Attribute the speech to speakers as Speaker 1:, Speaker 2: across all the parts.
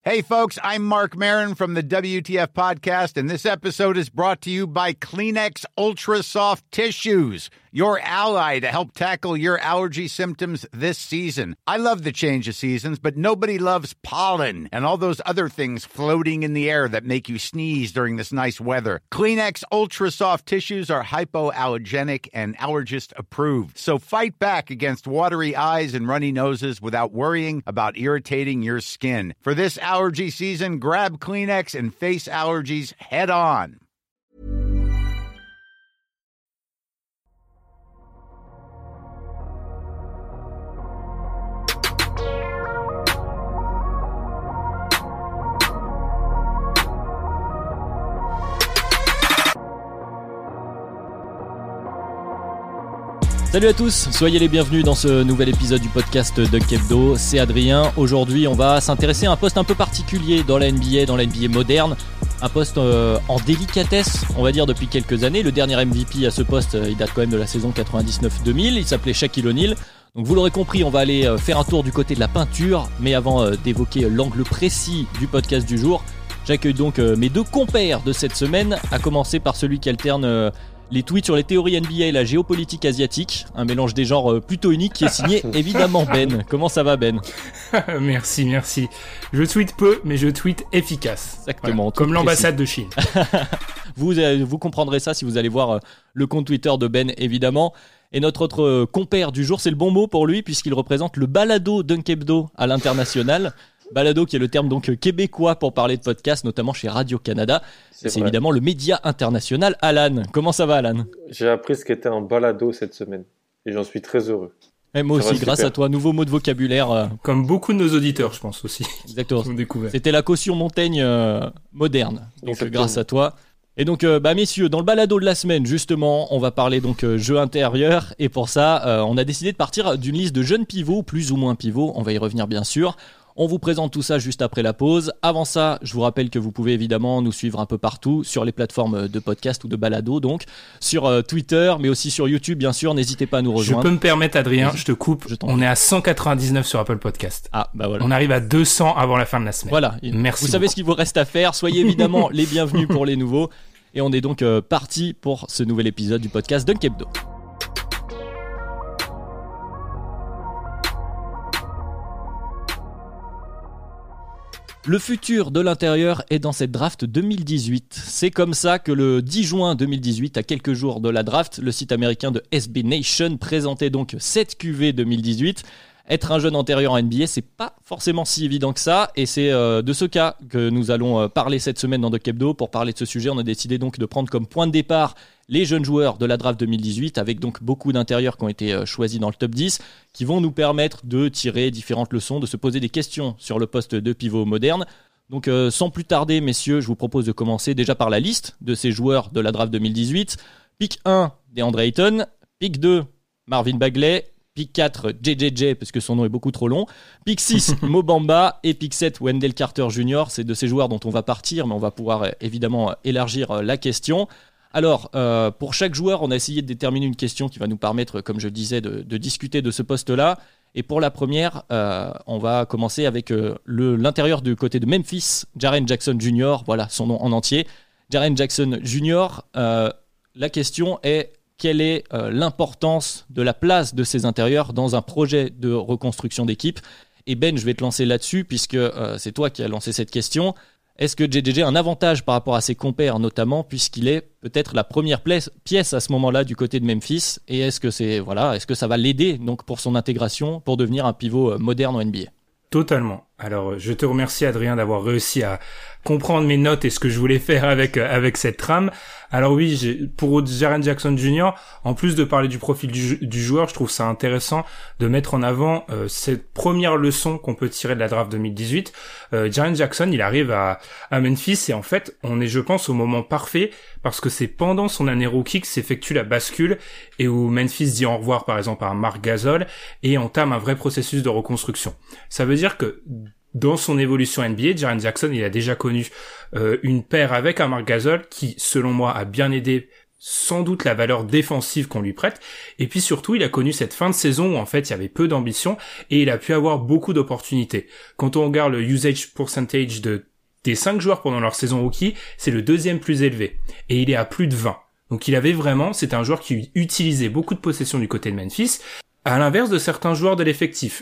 Speaker 1: Hey, folks, I'm Mark Maron from the WTF Podcast, and this episode is brought to you by Kleenex Ultra Soft Tissues, your ally to help tackle your allergy symptoms this season. I love the change of seasons, but nobody loves pollen and all those other things floating in the air that make you sneeze during this nice weather. Kleenex Ultra Soft Tissues are hypoallergenic and allergist approved, so fight back against watery eyes and runny noses without worrying about irritating your skin. For this allergy season, grab Kleenex and face allergies head on.
Speaker 2: Salut à tous, soyez les bienvenus dans ce nouvel épisode du podcast Dunk Hebdo, c'est Adrien. Aujourd'hui on va s'intéresser à un poste un peu particulier dans la NBA moderne, un poste en délicatesse on va dire depuis quelques années. Le dernier MVP à ce poste il date quand même de la saison 99-2000, il s'appelait Shaquille O'Neal. Donc vous l'aurez compris, on va aller faire un tour du côté de la peinture, mais avant d'évoquer l'angle précis du podcast du jour, j'accueille donc mes deux compères de cette semaine, à commencer par celui qui alterne les tweets sur les théories NBA et la géopolitique asiatique, un mélange des genres plutôt unique qui est signé évidemment Ben. Comment ça va Ben ?
Speaker 3: Merci. Je tweete peu, mais je tweete efficace.
Speaker 2: Exactement.
Speaker 3: Voilà, comme l'ambassade de Chine.
Speaker 2: Vous comprendrez ça si vous allez voir le compte Twitter de Ben évidemment. Et notre autre compère du jour, c'est le bon mot pour lui puisqu'il représente le balado Dunk Hebdo à l'international. Balado qui est le terme donc québécois pour parler de podcast, notamment chez Radio-Canada. C'est évidemment le média international. Alan, comment ça va Alan ?
Speaker 4: J'ai appris ce qu'était un balado cette semaine et j'en suis très heureux.
Speaker 2: Et moi aussi, grâce à toi, nouveau mot de vocabulaire.
Speaker 3: Comme beaucoup de nos auditeurs, je pense aussi.
Speaker 2: Exactement.
Speaker 3: Découvert.
Speaker 2: C'était la caution Montaigne moderne. Donc grâce à toi. Et donc, messieurs, dans le balado de la semaine, justement, on va parler donc jeu intérieur. Et pour ça, on a décidé de partir d'une liste de jeunes pivots, plus ou moins pivots. On va y revenir bien sûr. On vous présente tout ça juste après la pause. Avant ça, je vous rappelle que vous pouvez évidemment nous suivre un peu partout sur les plateformes de podcast ou de balado, donc sur Twitter, mais aussi sur YouTube, bien sûr. N'hésitez pas à nous rejoindre.
Speaker 3: Je peux me permettre, Adrien, je te coupe. On est à 199 sur Apple Podcast.
Speaker 2: Ah, bah voilà.
Speaker 3: On arrive à 200 avant la fin de la semaine.
Speaker 2: Voilà.
Speaker 3: Merci.
Speaker 2: Vous savez ce qu'il vous reste à faire. Soyez évidemment les bienvenus pour les nouveaux. Et on est donc parti pour ce nouvel épisode du podcast Dunk Hebdo. Le futur de l'intérieur est dans cette draft 2018. C'est comme ça que le 10 juin 2018, à quelques jours de la draft, le site américain de SB Nation présentait donc cette QV 2018. Être un jeune antérieur en NBA, c'est pas forcément si évident que ça, et c'est de ce cas que nous allons parler cette semaine dans Dunk Hebdo. Pour parler de ce sujet, on a décidé donc de prendre comme point de départ les jeunes joueurs de la draft 2018, avec donc beaucoup d'intérieurs qui ont été choisis dans le top 10, qui vont nous permettre de tirer différentes leçons, de se poser des questions sur le poste de pivot moderne. Donc sans plus tarder, messieurs, je vous propose de commencer déjà par la liste de ces joueurs de la draft 2018. Pick 1, DeAndre Ayton. Pick 2, Marvin Bagley. Pick 4, JJJ, parce que son nom est beaucoup trop long. Pick 6, Mo Bamba. Et pick 7, Wendell Carter Jr. C'est de ces joueurs dont on va partir, mais on va pouvoir évidemment élargir la question. Alors, pour chaque joueur, on a essayé de déterminer une question qui va nous permettre, comme je le disais, de discuter de ce poste-là. Et pour la première, on va commencer avec l'intérieur du côté de Memphis, Jaren Jackson Jr., voilà son nom en entier. Jaren Jackson Jr., la question est: quelle est l'importance de la place de ces intérieurs dans un projet de reconstruction d'équipe ? Et Ben, je vais te lancer là-dessus, puisque c'est toi qui as lancé cette question. Est-ce que JJJ a un avantage par rapport à ses compères, notamment, puisqu'il est peut-être la première pièce à ce moment-là du côté de Memphis ? Et est-ce que ça va l'aider donc, pour son intégration, pour devenir un pivot moderne en NBA ?
Speaker 3: Totalement. Alors, je te remercie, Adrien, d'avoir réussi à comprendre mes notes et ce que je voulais faire avec cette trame. Alors oui, pour Jaren Jackson Jr., en plus de parler du profil du joueur, je trouve ça intéressant de mettre en avant cette première leçon qu'on peut tirer de la draft 2018. Jaren Jackson, il arrive à Memphis et en fait, on est, je pense, au moment parfait parce que c'est pendant son année rookie que s'effectue la bascule et où Memphis dit au revoir, par exemple, à Marc Gasol et entame un vrai processus de reconstruction. Ça veut dire que dans son évolution NBA, Jaren Jackson, il a déjà connu une paire avec un Marc Gasol qui, selon moi, a bien aidé sans doute la valeur défensive qu'on lui prête. Et puis surtout, il a connu cette fin de saison où en fait il y avait peu d'ambition et il a pu avoir beaucoup d'opportunités. Quand on regarde le usage percentage des 5 joueurs pendant leur saison rookie, c'est le deuxième plus élevé. Et il est à plus de 20. Donc c'était un joueur qui utilisait beaucoup de possession du côté de Memphis, à l'inverse de certains joueurs de l'effectif,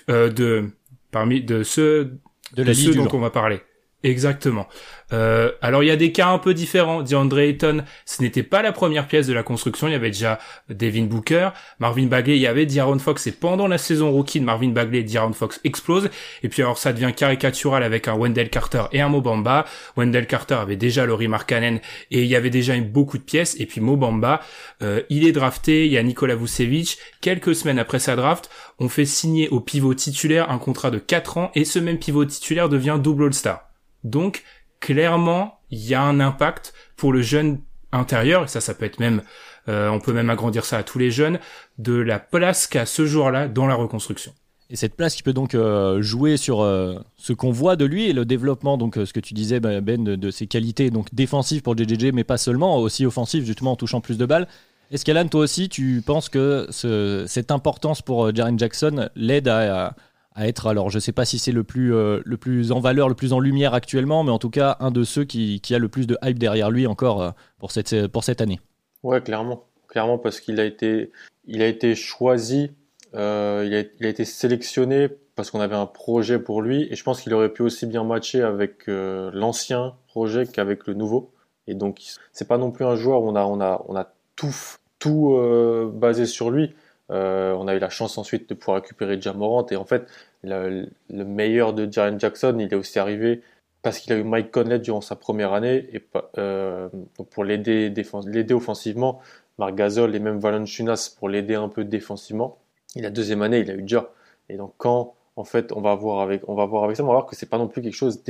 Speaker 3: de ceux dont on va parler. Exactement. Alors il y a des cas un peu différents. DeAndre Ayton, ce n'était pas la première pièce de la construction. Il y avait déjà Devin Booker, Marvin Bagley, il y avait De'Aaron Fox. Et pendant la saison rookie de Marvin Bagley, De'Aaron Fox explose. Et puis alors ça devient caricatural avec un Wendell Carter et un Mo Bamba. Wendell Carter avait déjà Lauri Markkanen et il y avait déjà beaucoup de pièces. Et puis Mo Bamba, il est drafté. Il y a Nikola Vucevic. Quelques semaines après sa draft, on fait signer au pivot titulaire un contrat de 4 ans et ce même pivot titulaire devient double All-Star. Donc, clairement, il y a un impact pour le jeune intérieur, et ça peut être même, on peut même agrandir ça à tous les jeunes, de la place qu'a ce joueur-là dans la reconstruction.
Speaker 2: Et cette place qui peut donc jouer sur ce qu'on voit de lui et le développement, donc ce que tu disais Ben, de ses qualités donc défensives pour JJJ, mais pas seulement, aussi offensives justement en touchant plus de balles. Est-ce qu'Alan, toi aussi, tu penses que cette importance pour Jaren Jackson l'aide à être, alors je sais pas si c'est le plus en valeur, le plus en lumière actuellement, mais en tout cas un de ceux qui a le plus de hype derrière lui encore pour cette année.
Speaker 4: Ouais, clairement parce qu'il a été choisi, il a été sélectionné parce qu'on avait un projet pour lui et je pense qu'il aurait pu aussi bien matcher avec l'ancien projet qu'avec le nouveau. Et donc c'est pas non plus un joueur où on a tout basé sur lui. On a eu la chance ensuite de pouvoir récupérer Ja Morant et en fait le meilleur de Jaren Jackson il est aussi arrivé parce qu'il a eu Mike Conley durant sa première année et donc pour l'aider offensivement, Marc Gasol et même Valanciunas pour l'aider un peu défensivement. Et la deuxième année il a eu Ja et donc quand en fait on va voir avec ça, on va voir que c'est pas non plus quelque chose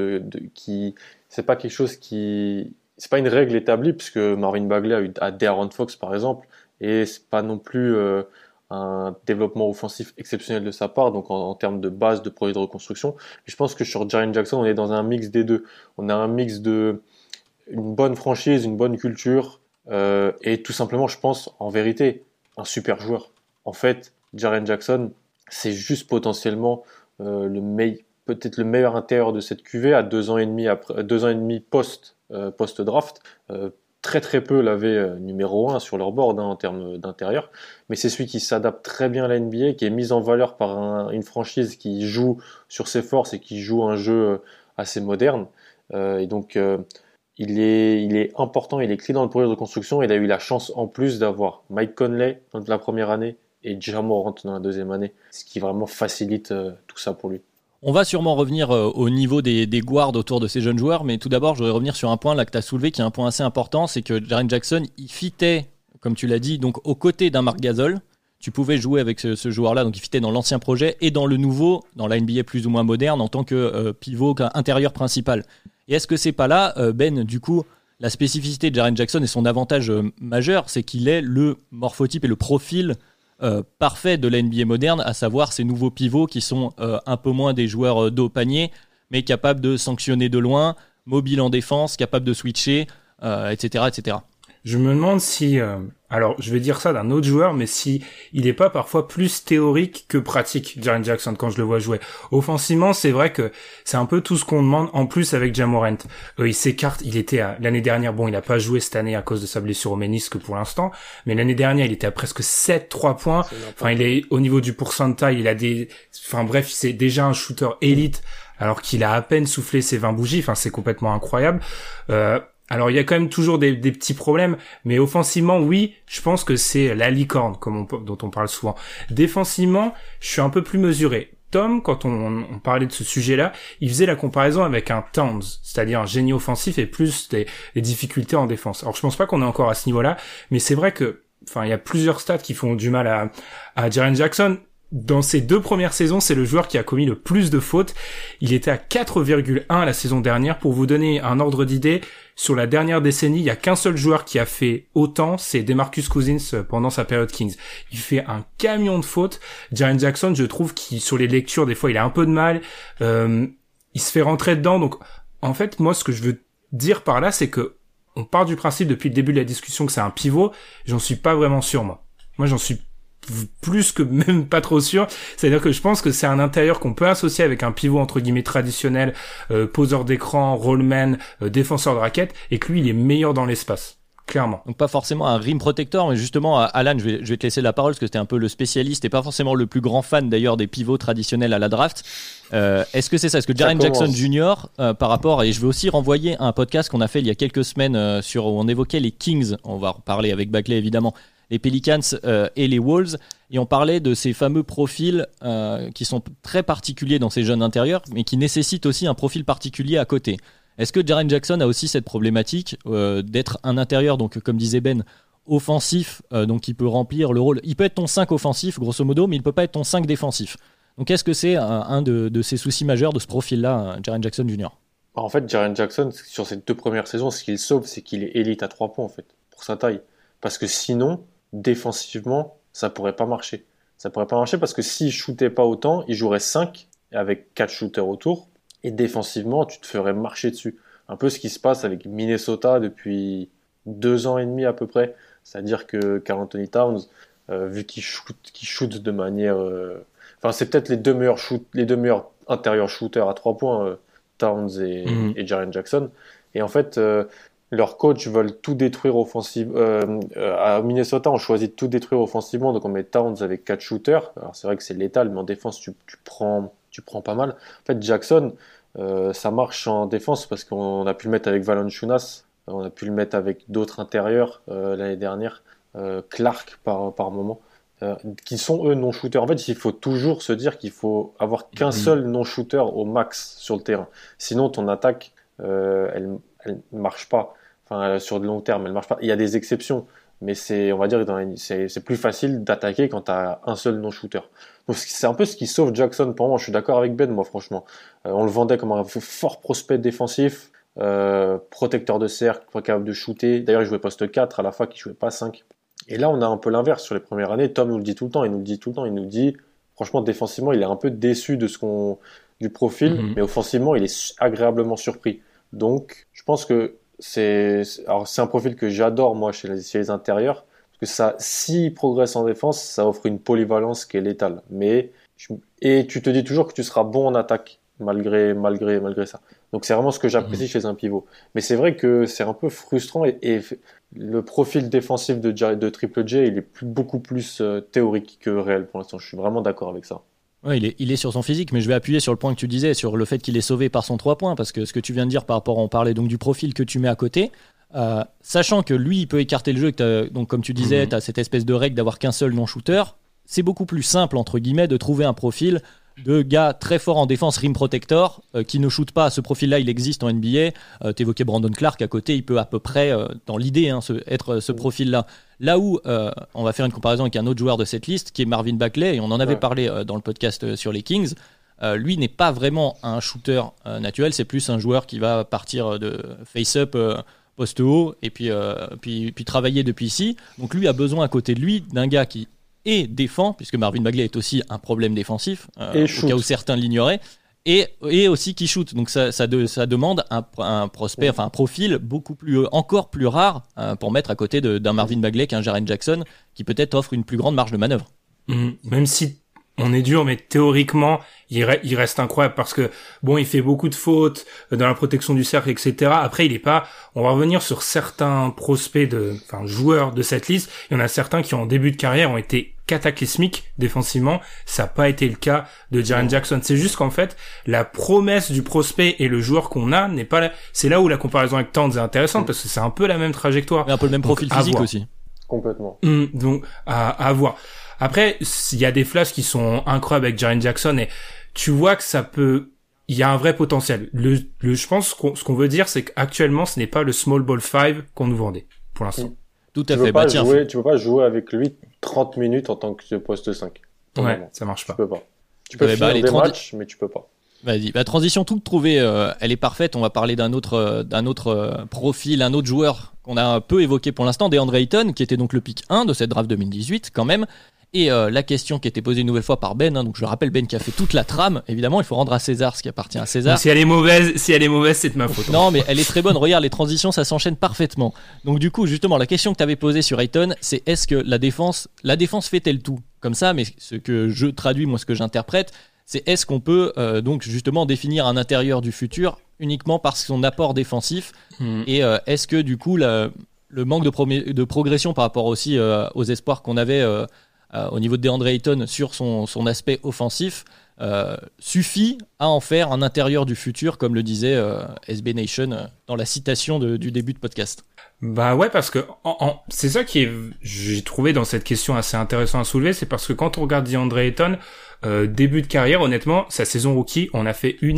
Speaker 4: c'est pas une règle établie puisque Marvin Bagley a eu à De'Aaron Fox par exemple. Et c'est pas non plus un développement offensif exceptionnel de sa part, donc en termes de base de projet de reconstruction. Mais je pense que sur Jaren Jackson, on est dans un mix des deux. On a un mix de une bonne franchise, une bonne culture, et tout simplement, je pense, en vérité, un super joueur. En fait, Jaren Jackson, c'est juste potentiellement peut-être le meilleur intérieur de cette QV à 2 ans et demi post-draft. Très très peu l'avaient numéro 1 sur leur board en termes d'intérieur, mais c'est celui qui s'adapte très bien à la NBA, qui est mis en valeur par une franchise qui joue sur ses forces et qui joue un jeu assez moderne. Et donc il est important, il est clé dans le projet de reconstruction. Il a eu la chance en plus d'avoir Mike Conley dans la première année et Ja Morant dans la deuxième année, ce qui vraiment facilite tout ça pour lui.
Speaker 2: On va sûrement revenir au niveau des guards autour de ces jeunes joueurs, mais tout d'abord, je voudrais revenir sur un point là que tu as soulevé, qui est un point assez important, c'est que Jaren Jackson, il fitait, comme tu l'as dit, donc aux côtés d'un Marc Gasol. Tu pouvais jouer avec ce joueur-là, donc il fitait dans l'ancien projet et dans le nouveau, dans la NBA plus ou moins moderne, en tant que pivot intérieur principal. Et est-ce que c'est pas là, Ben, du coup, la spécificité de Jaren Jackson et son avantage majeur, c'est qu'il est le morphotype et le profil parfait de la NBA moderne, à savoir ces nouveaux pivots qui sont un peu moins des joueurs dos au panier, mais capables de sanctionner de loin, mobiles en défense, capables de switcher, etc., etc.
Speaker 3: Je me demande si, alors je vais dire ça d'un autre joueur, mais si il est pas parfois plus théorique que pratique, Jaren Jackson, quand je le vois jouer. Offensivement, c'est vrai que c'est un peu tout ce qu'on demande, en plus avec Ja Morant. Il s'écarte, l'année dernière, bon, il a pas joué cette année à cause de sa blessure au ménisque pour l'instant, mais l'année dernière, il était à presque 3 points. Enfin, il est au niveau du pourcentage, bref, c'est déjà un shooter élite, alors qu'il a à peine soufflé ses 20 bougies, enfin, c'est complètement incroyable. Alors il y a quand même toujours des petits problèmes, mais offensivement, oui, je pense que c'est la licorne, dont on parle souvent. Défensivement, je suis un peu plus mesuré. Tom, quand on parlait de ce sujet-là, il faisait la comparaison avec un Towns, c'est-à-dire un génie offensif et plus des difficultés en défense. Alors je pense pas qu'on est encore à ce niveau-là, mais c'est vrai que, il y a plusieurs stats qui font du mal à Jaren Jackson. Dans ses 2 premières saisons, c'est le joueur qui a commis le plus de fautes. Il était à 4,1 la saison dernière. Pour vous donner un ordre d'idée, sur la dernière décennie, il y a qu'un seul joueur qui a fait autant, c'est DeMarcus Cousins pendant sa période Kings. Il fait un camion de fautes. Jaren Jackson, je trouve qu'il sur les lectures, des fois, il a un peu de mal. Il se fait rentrer dedans. Donc, en fait, moi, ce que je veux dire par là, c'est que on part du principe depuis le début de la discussion que c'est un pivot, j'en suis pas vraiment sûr, moi. Moi, j'en suis plus que même pas trop sûr. C'est-à-dire que je pense que c'est un intérieur qu'on peut associer avec un pivot entre guillemets traditionnel, poseur d'écran, rollman, défenseur de raquette, et que lui, il est meilleur dans l'espace. Clairement.
Speaker 2: Donc pas forcément un rim protector, mais justement, Alan, je vais te laisser la parole parce que c'était un peu le spécialiste et pas forcément le plus grand fan d'ailleurs des pivots traditionnels à la draft. Est-ce que c'est ça? Est-ce que Jaren Jackson Jr. Par rapport, et je vais aussi renvoyer un podcast qu'on a fait il y a quelques semaines où on évoquait les Kings, on va reparler avec Bagley évidemment, les Pelicans et les Wolves, et on parlait de ces fameux profils qui sont très particuliers dans ces jeunes intérieurs, mais qui nécessitent aussi un profil particulier à côté. Est-ce que Jaren Jackson a aussi cette problématique d'être un intérieur, donc comme disait Ben, offensif, donc qui peut remplir le rôle. Il peut être ton 5 offensif, grosso modo, mais il ne peut pas être ton 5 défensif. Donc est-ce que c'est un de ces soucis majeurs de ce profil-là, Jaren Jackson Jr.
Speaker 4: En fait, Jaren Jackson, sur ses 2 premières saisons, ce qu'il sauve, c'est qu'il est élite à 3 points, en fait, pour sa taille. Parce que sinon, défensivement, ça pourrait pas marcher. Ça pourrait pas marcher parce que s'il shootait pas autant, il jouerait 5 avec 4 shooters autour. Et défensivement, tu te ferais marcher dessus. Un peu ce qui se passe avec Minnesota depuis 2 ans et demi à peu près. C'est-à-dire que Karl Anthony Towns, vu qu'il shoot de manière... Enfin, c'est peut-être les deux meilleurs intérieurs shooters à 3 points, Towns et Jaren Jackson. Et en fait, leurs coachs veulent tout détruire offensivement. À Minnesota, on choisit de tout détruire offensivement. Donc on met Towns avec 4 shooters. Alors c'est vrai que c'est létal, mais en défense, tu prends pas mal. En fait, Jackson, ça marche en défense parce qu'on a pu le mettre avec Valanciunas, on a pu le mettre avec d'autres intérieurs l'année dernière, Clark par moment, qui sont eux non-shooters. En fait, il faut toujours se dire qu'il faut avoir qu'un seul non-shooter au max sur le terrain. Sinon, ton attaque, elle marche pas. Enfin, sur le long terme, elle marche pas. Il y a des exceptions, mais on va dire, c'est plus facile d'attaquer quand tu as un seul non-shooter. Donc c'est un peu ce qui sauve Jackson pour moi. Je suis d'accord avec Ben, moi franchement. On le vendait comme un fort prospect défensif, protecteur de cercle, pas capable de shooter. D'ailleurs, il jouait poste 4 à la fac, il jouait pas 5. Et là, on a un peu l'inverse sur les premières années. Tom nous le dit tout le temps, il nous dit, franchement, défensivement, il est un peu déçu de du profil, mais offensivement, il est agréablement surpris. Donc, je pense que c'est un profil que j'adore, moi, chez les intérieurs. Parce que s'il progresse en défense, ça offre une polyvalence qui est létale. Et tu te dis toujours que tu seras bon en attaque, malgré ça. Donc c'est vraiment ce que j'apprécie chez un pivot. Mais c'est vrai que c'est un peu frustrant et le profil défensif de Triple J, il est beaucoup plus théorique que réel pour l'instant. Je suis vraiment d'accord avec ça.
Speaker 2: Ouais, il est sur son physique, mais je vais appuyer sur le point que tu disais, sur le fait qu'il est sauvé par son 3 points, parce que ce que tu viens de dire par rapport, on parlait donc du profil que tu mets à côté, sachant que lui, il peut écarter le jeu, donc comme tu disais, tu as cette espèce de règle d'avoir qu'un seul non-shooter, c'est beaucoup plus simple, entre guillemets, de trouver un profil de gars très forts en défense, rim protector, qui ne shoot pas. Ce profil-là, il existe en NBA. T'évoquais Brandon Clark à côté, il peut à peu près, dans l'idée, être ce profil-là. Là où on va faire une comparaison avec un autre joueur de cette liste, qui est Marvin Bagley, et on en avait parlé dans le podcast sur les Kings. Lui n'est pas vraiment un shooter naturel, c'est plus un joueur qui va partir de face-up poste haut et puis travailler depuis ici. Donc lui a besoin à côté de lui d'un gars qui défend, puisque Marvin Bagley est aussi un problème défensif, au cas où certains l'ignoraient, et aussi qui shoot. Donc ça demande un prospect, enfin un profil encore plus rare pour mettre à côté d'un Marvin Bagley qu'un Jaren Jackson, qui peut-être offre une plus grande marge de manœuvre.
Speaker 3: Même si on est dur, mais théoriquement, il reste incroyable parce que, bon, il fait beaucoup de fautes dans la protection du cercle, etc. Après, on va revenir sur certains prospects joueurs de cette liste. Il y en a certains qui, en début de carrière, ont été cataclysmiques défensivement. Ça n'a pas été le cas de Jaren Jackson. C'est juste qu'en fait, la promesse du prospect et le joueur qu'on a n'est pas là. C'est là où la comparaison avec Towns est intéressante parce que c'est un peu la même trajectoire.
Speaker 2: Mais un peu le même profil physique aussi.
Speaker 4: Complètement.
Speaker 3: Donc, à voir. Après, il y a des flashs qui sont incroyables avec Jaren Jackson et tu vois que il y a un vrai potentiel. Je pense ce qu'on veut dire, c'est qu'actuellement, ce n'est pas le small ball 5 qu'on nous vendait, pour l'instant.
Speaker 2: Tout à fait.
Speaker 4: Tu peux pas jouer avec lui 30 minutes en tant que poste 5.
Speaker 3: Ouais, ça marche pas.
Speaker 4: Tu peux pas. Tu peux finir des matchs, mais tu peux pas.
Speaker 2: Vas-y, la transition toute trouvée, elle est parfaite. On va parler d'un autre profil, un autre joueur qu'on a un peu évoqué pour l'instant, DeAndre Ayton, qui était donc le pick 1 de cette draft 2018 quand même, Et la question qui était posée une nouvelle fois par Ben, donc je le rappelle, Ben qui a fait toute la trame, évidemment il faut rendre à César ce qui appartient à César.
Speaker 3: Donc, si elle est mauvaise, c'est de ma faute.
Speaker 2: Non mais elle est très bonne, regarde les transitions, ça s'enchaîne parfaitement. Donc du coup justement la question que tu avais posée sur Ayton, c'est est-ce que la défense fait-elle tout comme ça, mais ce que je traduis, moi ce que j'interprète, c'est est-ce qu'on peut donc justement définir un intérieur du futur uniquement par son apport défensif et est-ce que du coup le manque de progression par rapport aussi aux espoirs qu'on avait au niveau de DeAndre Ayton sur son aspect offensif suffit à en faire un intérieur du futur, comme le disait SB Nation dans la citation du début de podcast.
Speaker 3: Bah ouais, parce que c'est ça j'ai trouvé dans cette question assez intéressant à soulever, c'est parce que quand on regarde DeAndre Ayton, début de carrière, honnêtement, sa saison rookie, on a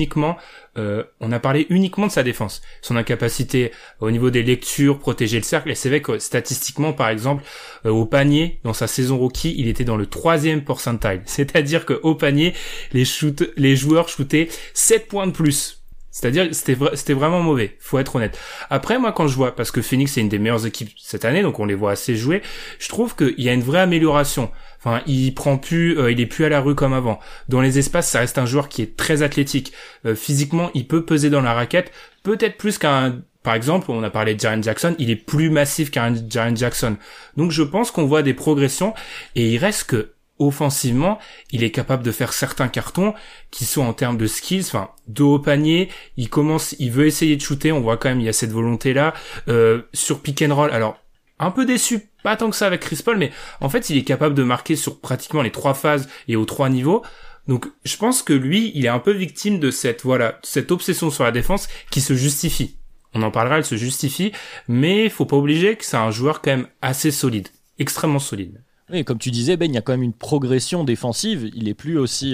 Speaker 3: parlé uniquement de sa défense, son incapacité au niveau des lectures, protéger le cercle, et c'est vrai que statistiquement, par exemple, au panier, dans sa saison rookie, il était dans le 3e percentile, c'est-à-dire que au panier, les joueurs shootaient 7 points de plus. C'est-à-dire, c'était vraiment mauvais, faut être honnête. Après, moi, quand je vois, parce que Phoenix c'est une des meilleures équipes cette année, donc on les voit assez jouer, je trouve qu'il y a une vraie amélioration. Enfin, il est plus à la rue comme avant. Dans les espaces, ça reste un joueur qui est très athlétique. Physiquement, il peut peser dans la raquette, peut-être plus par exemple, on a parlé de Jaren Jackson, il est plus massif qu'un Jaren Jackson. Donc je pense qu'on voit des progressions, et il reste que offensivement, il est capable de faire certains cartons qui sont en termes de skills, enfin, de haut panier, il veut essayer de shooter, on voit quand même, il y a cette volonté-là, sur pick and roll, alors, un peu déçu, pas tant que ça avec Chris Paul, mais en fait, il est capable de marquer sur pratiquement les 3 phases et aux 3 niveaux, donc, je pense que lui, il est un peu victime de cette obsession sur la défense qui se justifie. On en parlera, elle se justifie, mais faut pas obliger que c'est un joueur quand même assez solide, extrêmement solide.
Speaker 2: Oui, comme tu disais, Ben, il y a quand même une progression défensive. Il est plus aussi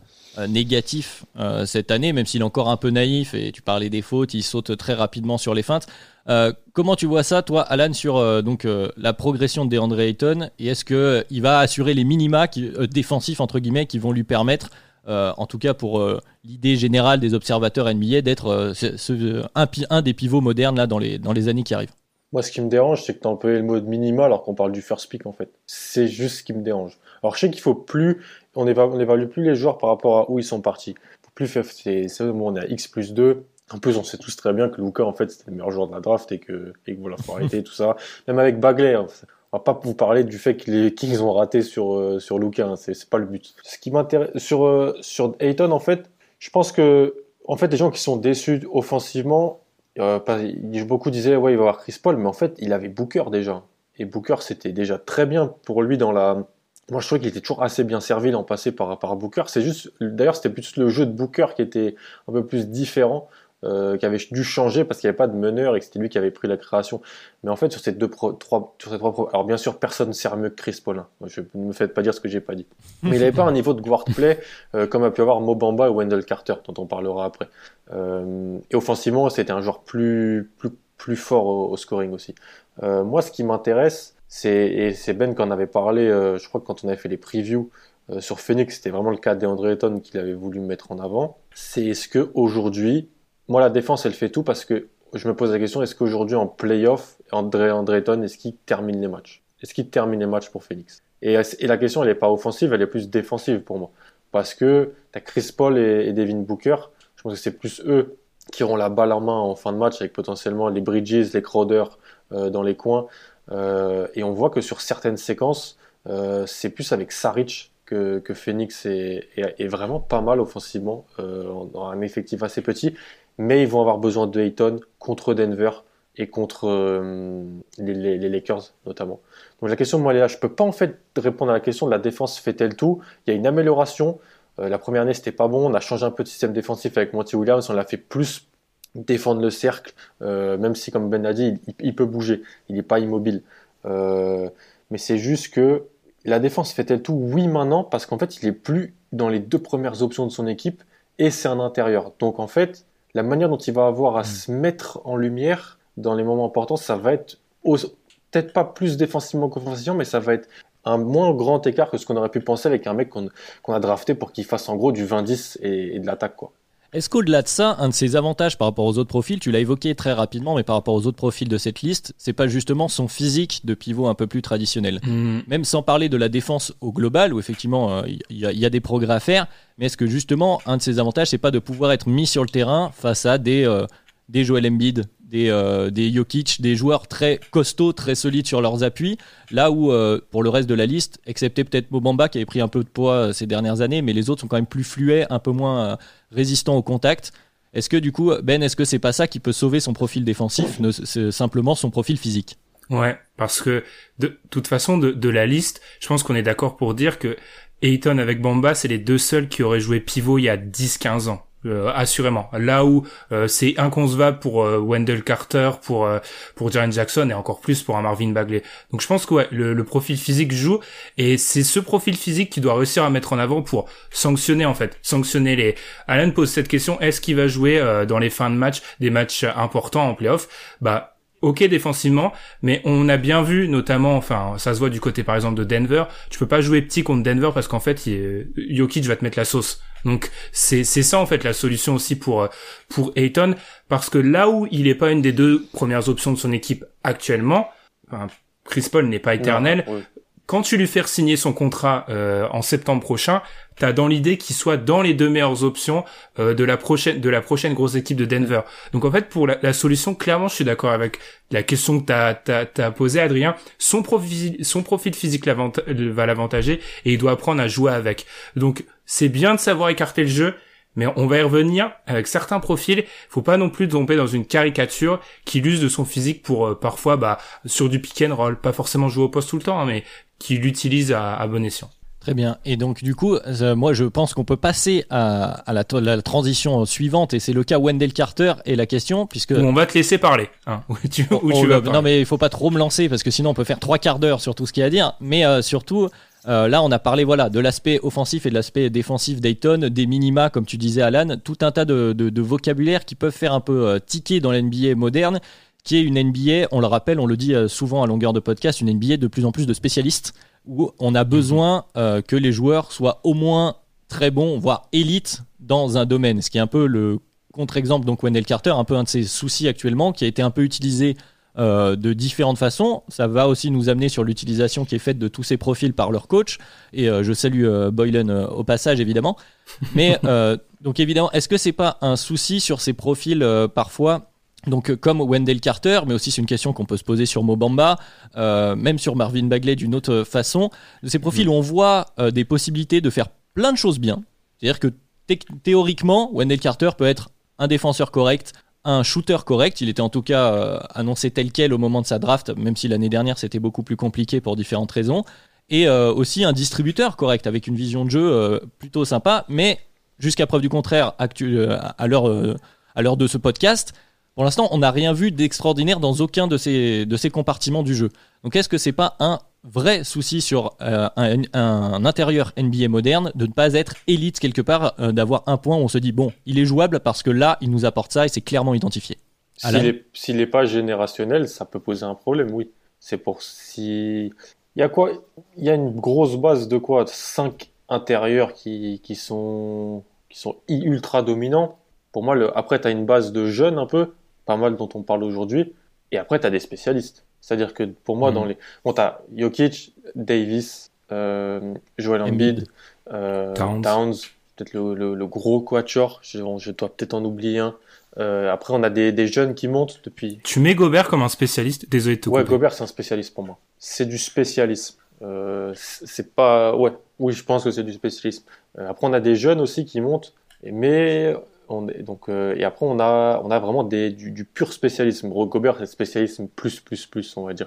Speaker 2: négatif cette année, même s'il est encore un peu naïf. Et tu parlais des fautes, il saute très rapidement sur les feintes. Comment tu vois ça, toi, Alan, sur la progression de DeAndre Ayton? Et est-ce que il va assurer les minima défensifs entre guillemets qui vont lui permettre, en tout cas pour l'idée générale des observateurs NBA, d'être un des pivots modernes là dans les années qui arrivent?
Speaker 4: Moi, ce qui me dérange, c'est que tu as employé le mot de minima alors qu'on parle du first pick, en fait. C'est juste ce qui me dérange. Alors, je sais qu'il faut plus, on n'évalue plus les joueurs par rapport à où ils sont partis. Faut plus faire, on est à X plus 2. En plus, on sait tous très bien que Luka, en fait, c'était le meilleur joueur de la draft et que voilà, faut arrêter tout ça. Même avec Bagley, hein, on va pas vous parler du fait que les Kings ont raté sur Luka, hein, c'est pas le but. Ce qui m'intéresse, sur Ayton, en fait, je pense que, en fait, les gens qui sont déçus offensivement, beaucoup disaient ouais il va avoir Chris Paul, mais en fait il avait Booker déjà, et Booker c'était déjà très bien pour lui moi je trouvais qu'il était toujours assez bien servi l'an passé par Booker. C'est juste, d'ailleurs c'était plus le jeu de Booker qui était un peu plus différent, qui avait dû changer parce qu'il n'y avait pas de meneur et que c'était lui qui avait pris la création. Mais en fait sur ces trois, alors bien sûr personne ne sert mieux que Chris Paul, hein. Ne me faites pas dire ce que j'ai pas dit, mais il n'avait pas un niveau de guard play comme a pu avoir Mo Bamba ou Wendell Carter dont on parlera après, et offensivement c'était un joueur plus fort au scoring aussi. Moi ce qui m'intéresse, et c'est Ben qui en avait parlé, je crois que quand on avait fait les previews sur Phoenix, c'était vraiment le cas d'Andre Ayton qu'il avait voulu mettre en avant. C'est est-ce que aujourd'hui, moi la défense elle fait tout, parce que je me pose la question, est-ce qu'aujourd'hui en playoff, Andre Ayton, est-ce qu'il termine les matchs? Est-ce qu'il termine les matchs pour Phoenix? Et la question elle est pas offensive, elle est plus défensive pour moi, parce que t'as Chris Paul et Devin Booker, je pense que c'est plus eux qui auront la balle en main en fin de match, avec potentiellement les Bridges, les Crowder dans les coins. Et on voit que sur certaines séquences, c'est plus avec Saric que Phoenix est vraiment pas mal offensivement, dans un effectif assez petit, mais ils vont avoir besoin de Ayton contre Denver et contre les Lakers notamment. Donc la question, moi, elle est là. Je peux pas en fait répondre à la question de la défense fait-elle tout. Il y a une amélioration. La première année, c'était pas bon. On a changé un peu de système défensif avec Monty Williams. On l'a fait plus défendre le cercle, même si, comme Ben a dit, il peut bouger. Il n'est pas immobile. Mais c'est juste que la défense fait-elle tout? Oui, maintenant, parce qu'en fait, il est plus dans les 2 premières options de son équipe et c'est un intérieur. Donc, en fait, la manière dont il va avoir à se mettre en lumière dans les moments importants, ça va être peut-être pas plus défensivement qu'offensivement, mais ça va être un moins grand écart que ce qu'on aurait pu penser avec un mec qu'on a drafté pour qu'il fasse en gros du 20-10 et de l'attaque, quoi.
Speaker 2: Est-ce qu'au-delà de ça, un de ses avantages par rapport aux autres profils, tu l'as évoqué très rapidement, mais par rapport aux autres profils de cette liste, c'est pas justement son physique de pivot un peu plus traditionnel? Même sans parler de la défense au global, où effectivement il y a des progrès à faire, mais est-ce que justement un de ses avantages, c'est pas de pouvoir être mis sur le terrain face à des Joel Embiid, des Jokic, des joueurs très costauds, très solides sur leurs appuis, là où pour le reste de la liste, excepté peut-être Mo Bamba qui avait pris un peu de poids ces dernières années, mais les autres sont quand même plus fluets, un peu moins résistants au contact. Est-ce que du coup, Ben, est-ce que c'est pas ça qui peut sauver son profil défensif, c'est simplement son profil physique?
Speaker 3: Ouais, parce que de toute façon, de la liste, je pense qu'on est d'accord pour dire que Ayton avec Bamba, c'est les deux seuls qui auraient joué pivot il y a 10-15 ans. Assurément. Là où c'est inconcevable pour Wendell Carter, pour Jaren Jackson et encore plus pour un Marvin Bagley. Donc je pense que ouais, le profil physique joue et c'est ce profil physique qui doit réussir à mettre en avant pour sanctionner les. Alan pose cette question, est-ce qu'il va jouer dans les fins de match des matchs importants en play-off? Ok défensivement, mais on a bien vu notamment, enfin ça se voit du côté par exemple de Denver, tu peux pas jouer petit contre Denver parce qu'en fait Jokic va te mettre la sauce. Donc c'est ça en fait la solution aussi pour Ayton, parce que là où il est pas une des deux premières options de son équipe actuellement, enfin, Chris Paul n'est pas éternel.
Speaker 4: Ouais.
Speaker 3: Quand tu lui fais signer son contrat en septembre prochain, t'as dans l'idée qu'il soit dans les deux meilleures options de la prochaine grosse équipe de Denver. Donc en fait pour la solution, clairement je suis d'accord avec la question que t'as posée, Adrien. Son profil physique va l'avantager et il doit apprendre à jouer avec. Donc c'est bien de savoir écarter le jeu, mais on va y revenir avec certains profils. Faut pas non plus tomber dans une caricature qui l'use de son physique pour parfois sur du pick and roll, pas forcément jouer au poste tout le temps, hein, mais qui l'utilise à bon escient.
Speaker 2: Très bien. Et donc du coup, moi je pense qu'on peut passer à la transition suivante, et c'est le cas Wendell Carter et la question, puisque
Speaker 3: où on va te laisser parler. Hein, où tu vas parler.
Speaker 2: Non mais il faut pas trop me lancer parce que sinon on peut faire 3 quarts d'heure sur tout ce qu'il y a à dire. Mais surtout, là on a parlé de l'aspect offensif et de l'aspect défensif d'Ayton, des minima comme tu disais Alan, tout un tas de vocabulaire qui peuvent faire un peu tiquer dans l'NBA moderne, qui est une NBA, on le rappelle, on le dit souvent à longueur de podcast, une NBA de plus en plus de spécialistes, où on a besoin que les joueurs soient au moins très bons, voire élites dans un domaine. Ce qui est un peu le contre-exemple, donc Wendell Carter, un peu un de ses soucis actuellement, qui a été un peu utilisé de différentes façons. Ça va aussi nous amener sur l'utilisation qui est faite de tous ces profils par leur coach. Et je salue Boylan au passage, évidemment. Mais donc évidemment, est-ce que c'est pas un souci sur ces profils parfois, donc comme Wendell Carter, mais aussi c'est une question qu'on peut se poser sur Mo Bamba, même sur Marvin Bagley d'une autre façon, de ces profils où on voit des possibilités de faire plein de choses bien. C'est-à-dire que théoriquement, Wendell Carter peut être un défenseur correct, un shooter correct. Il était en tout cas annoncé tel quel au moment de sa draft, même si l'année dernière c'était beaucoup plus compliqué pour différentes raisons. Et aussi un distributeur correct, avec une vision de jeu plutôt sympa, mais jusqu'à preuve du contraire, à l'heure de ce podcast, pour l'instant, on n'a rien vu d'extraordinaire dans aucun de ces compartiments du jeu. Donc est-ce que c'est pas un vrai souci sur un intérieur NBA moderne de ne pas être élite quelque part, d'avoir un point où on se dit bon, il est jouable parce que là, il nous apporte ça et c'est clairement identifié.
Speaker 4: S'il n'est pas générationnel, ça peut poser un problème, oui. C'est pour si... Il y a quoi? Il y a une grosse base de quoi? 5 intérieurs qui sont ultra dominants. Pour moi, après, tu as une base de jeunes un peu, pas mal dont on parle aujourd'hui, et après, tu as des spécialistes. C'est-à-dire que pour moi, dans les... Bon, tu as Jokic, Davis, Joel Embiid, Towns, peut-être le gros quatuor, je dois peut-être en oublier un. Après, on a des jeunes qui montent depuis...
Speaker 3: Tu mets Gobert comme un spécialiste? Désolé de te couper.
Speaker 4: Ouais, Gobert, c'est un spécialiste pour moi. C'est du spécialisme. C'est pas... Ouais, oui, je pense que c'est du spécialisme. Après, on a des jeunes aussi qui montent, mais... et après, on a vraiment du pur spécialisme. Gobert, c'est spécialisme plus, on va dire.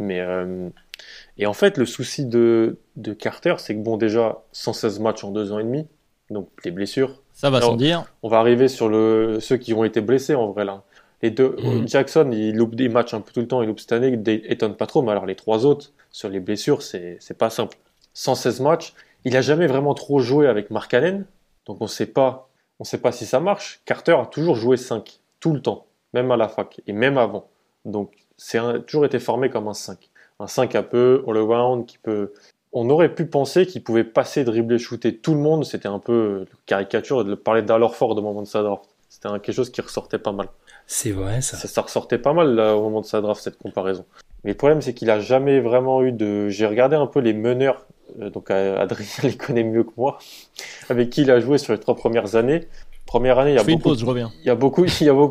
Speaker 4: Et en fait, le souci de Carter, c'est que bon, déjà, 116 matchs en 2 ans et demi, donc les blessures.
Speaker 2: Ça va sans dire.
Speaker 4: On va arriver sur ceux qui ont été blessés en vrai là. Les deux, Jackson, il loupe des matchs un peu tout le temps, il loupe cette année, Ayton pas trop, mais alors les 3 autres, sur les blessures, c'est pas simple. 116 matchs, il a jamais vraiment trop joué avec Mark Allen, donc on sait pas si ça marche. Carter a toujours joué 5, tout le temps, même à la fac, et même avant. Donc, toujours été formé comme un 5. Un 5 un peu all-around, qui peut on aurait pu penser qu'il pouvait passer, dribbler, shooter tout le monde. C'était un peu caricature de parler d'Al-Horford au moment de sa draft. C'était quelque chose qui ressortait pas mal.
Speaker 3: C'est vrai, ça.
Speaker 4: Ça ressortait pas mal là, au moment de sa draft, cette comparaison. Mais le problème, c'est qu'il a jamais vraiment eu de... J'ai regardé un peu les meneurs, donc Adrien les connaît mieux que moi, avec qui il a joué sur les 3 premières années. Première année, il y a beaucoup...
Speaker 2: je reviens.
Speaker 4: Il y a beaucoup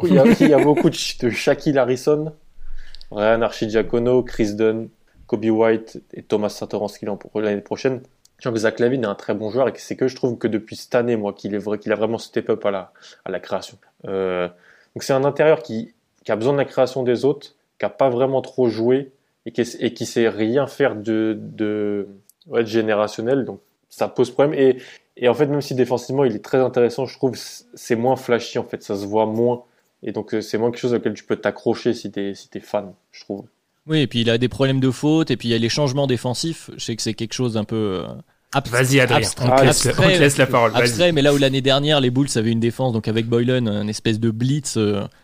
Speaker 4: de Shaquille Harrison, Ryan Arcidiacono, Chris Dunn, Kobe White et Thomas Satoransky l'année prochaine. Je crois que Zach LaVine est un très bon joueur et c'est que je trouve que depuis cette année, moi, qu'il a vraiment step up à la création. Donc c'est un intérieur qui a besoin de la création des autres, qui a pas vraiment trop joué et qui sait rien faire de générationnel. Donc ça pose problème. Et en fait, même si défensivement il est très intéressant, je trouve c'est moins flashy en fait, ça se voit moins. Et donc c'est moins quelque chose auquel tu peux t'accrocher si t'es fan, je trouve.
Speaker 2: Oui, et puis il a des problèmes de faute, et puis il y a les changements défensifs. Je sais que c'est quelque chose un peu
Speaker 3: vas-y Adrien, on te laisse la parole.
Speaker 2: Abstrait, mais là où l'année dernière les Bulls avaient une défense, donc avec Boylen, une espèce de blitz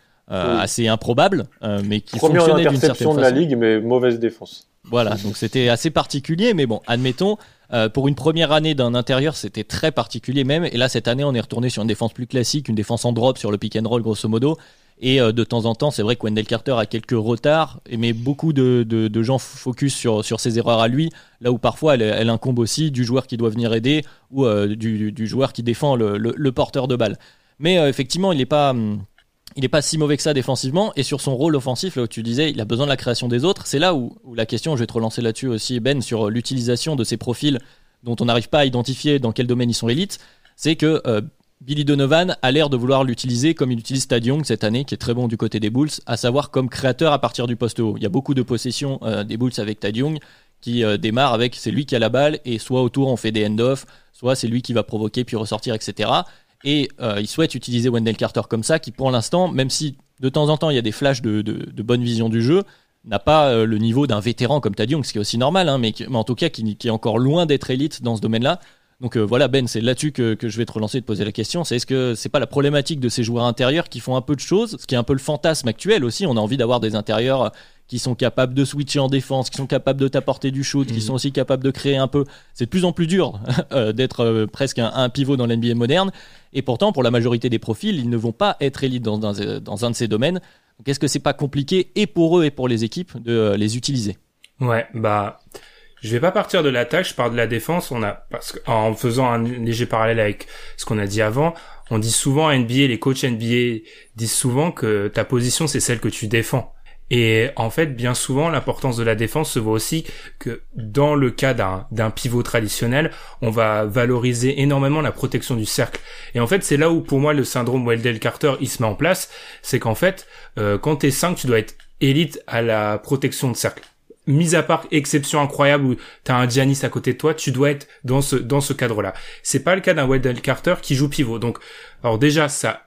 Speaker 2: assez improbable, mais qui fonctionnait d'une certaine façon.
Speaker 4: Première interception de la ligue, mais mauvaise défense.
Speaker 2: Voilà, donc c'était assez particulier, mais bon, admettons. Pour une première année d'un intérieur, c'était très particulier même. Et là, cette année, on est retourné sur une défense plus classique, une défense en drop sur le pick and roll, grosso modo. Et de temps en temps, c'est vrai que Wendell Carter a quelques retards, mais beaucoup de gens focus sur ses erreurs à lui, là où parfois elle incombe aussi du joueur qui doit venir aider ou du joueur qui défend le porteur de balle. Mais effectivement, il n'est pas si mauvais que ça défensivement, et sur son rôle offensif, là où tu disais, il a besoin de la création des autres. C'est là où la question, je vais te relancer là-dessus aussi, Ben, sur l'utilisation de ces profils dont on n'arrive pas à identifier dans quel domaine ils sont élites. C'est que Billy Donovan a l'air de vouloir l'utiliser comme il utilise Thad Young cette année, qui est très bon du côté des Bulls, à savoir comme créateur à partir du poste haut. Il y a beaucoup de possessions des Bulls avec Thad Young qui démarre avec c'est lui qui a la balle, et soit autour on fait des end-off, soit c'est lui qui va provoquer puis ressortir, etc. Et il souhaite utiliser Wendell Carter comme ça, qui pour l'instant, même si de temps en temps il y a des flashs de bonne vision du jeu, n'a pas le niveau d'un vétéran comme Thad Young, ce qui est aussi normal, mais en tout cas qui est encore loin d'être élite dans ce domaine-là. Donc voilà Ben, c'est là-dessus que je vais te relancer et te poser la question. C'est est-ce que c'est pas la problématique de ces joueurs intérieurs qui font un peu de choses, ce qui est un peu le fantasme actuel aussi. On a envie d'avoir des intérieurs qui sont capables de switcher en défense, qui sont capables de t'apporter du shoot, qui sont aussi capables de créer un peu. C'est de plus en plus dur d'être presque un pivot dans l'NBA moderne. Et pourtant, pour la majorité des profils, ils ne vont pas être élites dans un de ces domaines. Donc est-ce que c'est pas compliqué et pour eux et pour les équipes de les utiliser?
Speaker 3: Ouais, je vais pas partir de l'attaque, je pars de la défense. Parce que, en faisant un léger parallèle avec ce qu'on a dit avant, on dit souvent à NBA, les coachs NBA disent souvent que ta position c'est celle que tu défends. Et en fait, bien souvent, l'importance de la défense se voit aussi que dans le cas d'un pivot traditionnel, on va valoriser énormément la protection du cercle. Et en fait, c'est là où pour moi le syndrome Wendell Carter il se met en place, c'est qu'en fait, quand t'es 5, tu dois être élite à la protection de cercle. Mis à part exception incroyable où t'as un Giannis à côté de toi, tu dois être dans ce cadre-là. C'est pas le cas d'un Wendell Carter qui joue pivot. Donc, alors déjà, ça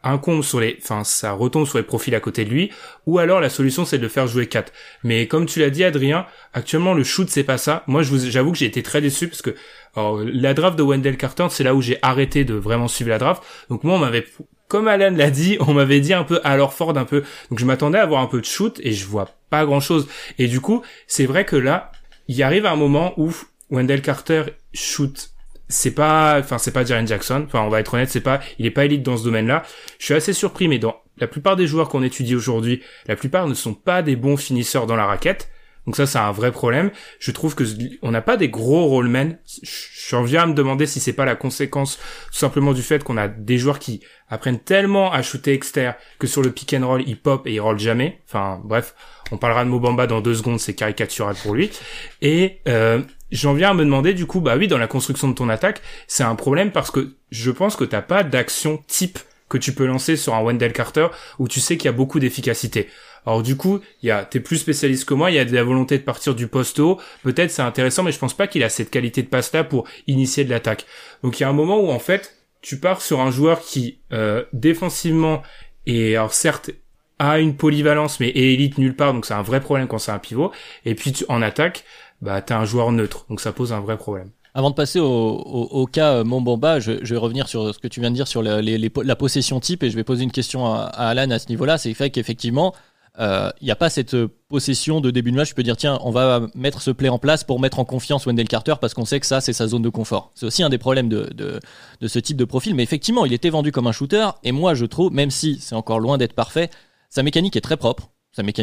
Speaker 3: retombe sur les profils à côté de lui, ou alors la solution c'est de le faire jouer 4. Mais comme tu l'as dit Adrien, actuellement le shoot c'est pas ça. Moi j'avoue que j'ai été très déçu parce que la draft de Wendell Carter, c'est là où j'ai arrêté de vraiment suivre la draft. Donc moi comme Alan l'a dit, on m'avait dit un peu Al-Horford un peu. Donc je m'attendais à avoir un peu de shoot et je vois pas grand chose. Et du coup, c'est vrai que là, il arrive à un moment où Wendell Carter shoot. C'est pas Jaren Jackson. Enfin, on va être honnête, il est pas élite dans ce domaine-là. Je suis assez surpris, mais dans la plupart des joueurs qu'on étudie aujourd'hui, la plupart ne sont pas des bons finisseurs dans la raquette. Donc ça, c'est un vrai problème. Je trouve que on n'a pas des gros rollmen. J'en viens à me demander si c'est pas la conséquence tout simplement du fait qu'on a des joueurs qui apprennent tellement à shooter externe que sur le pick and roll, ils pop et ils rollent jamais. Enfin, bref, on parlera de Mo Bamba dans 2 secondes, c'est caricatural pour lui. Et j'en viens à me demander du coup, dans la construction de ton attaque, c'est un problème parce que je pense que t'as pas d'action type que tu peux lancer sur un Wendell Carter où tu sais qu'il y a beaucoup d'efficacité. Alors du coup, t'es plus spécialiste que moi, il y a de la volonté de partir du poste haut, peut-être c'est intéressant, mais je pense pas qu'il a cette qualité de passe-là pour initier de l'attaque. Donc il y a un moment où en fait, tu pars sur un joueur qui, défensivement, alors certes, a une polyvalence, mais est élite nulle part, donc c'est un vrai problème quand c'est un pivot, et puis en attaque, t'as un joueur neutre, donc ça pose un vrai problème.
Speaker 2: Avant de passer au cas Mo Bamba, je vais revenir sur ce que tu viens de dire sur la possession type, et je vais poser une question à Alan à ce niveau-là. C'est le fait qu'effectivement, il n'y a pas cette possession de début de match. Tu peux dire tiens, on va mettre ce play en place pour mettre en confiance Wendell Carter parce qu'on sait que ça c'est sa zone de confort. C'est aussi un des problèmes de ce type de profil, mais effectivement il était vendu comme un shooter et moi je trouve, même si c'est encore loin d'être parfait, sa mécanique est très propre.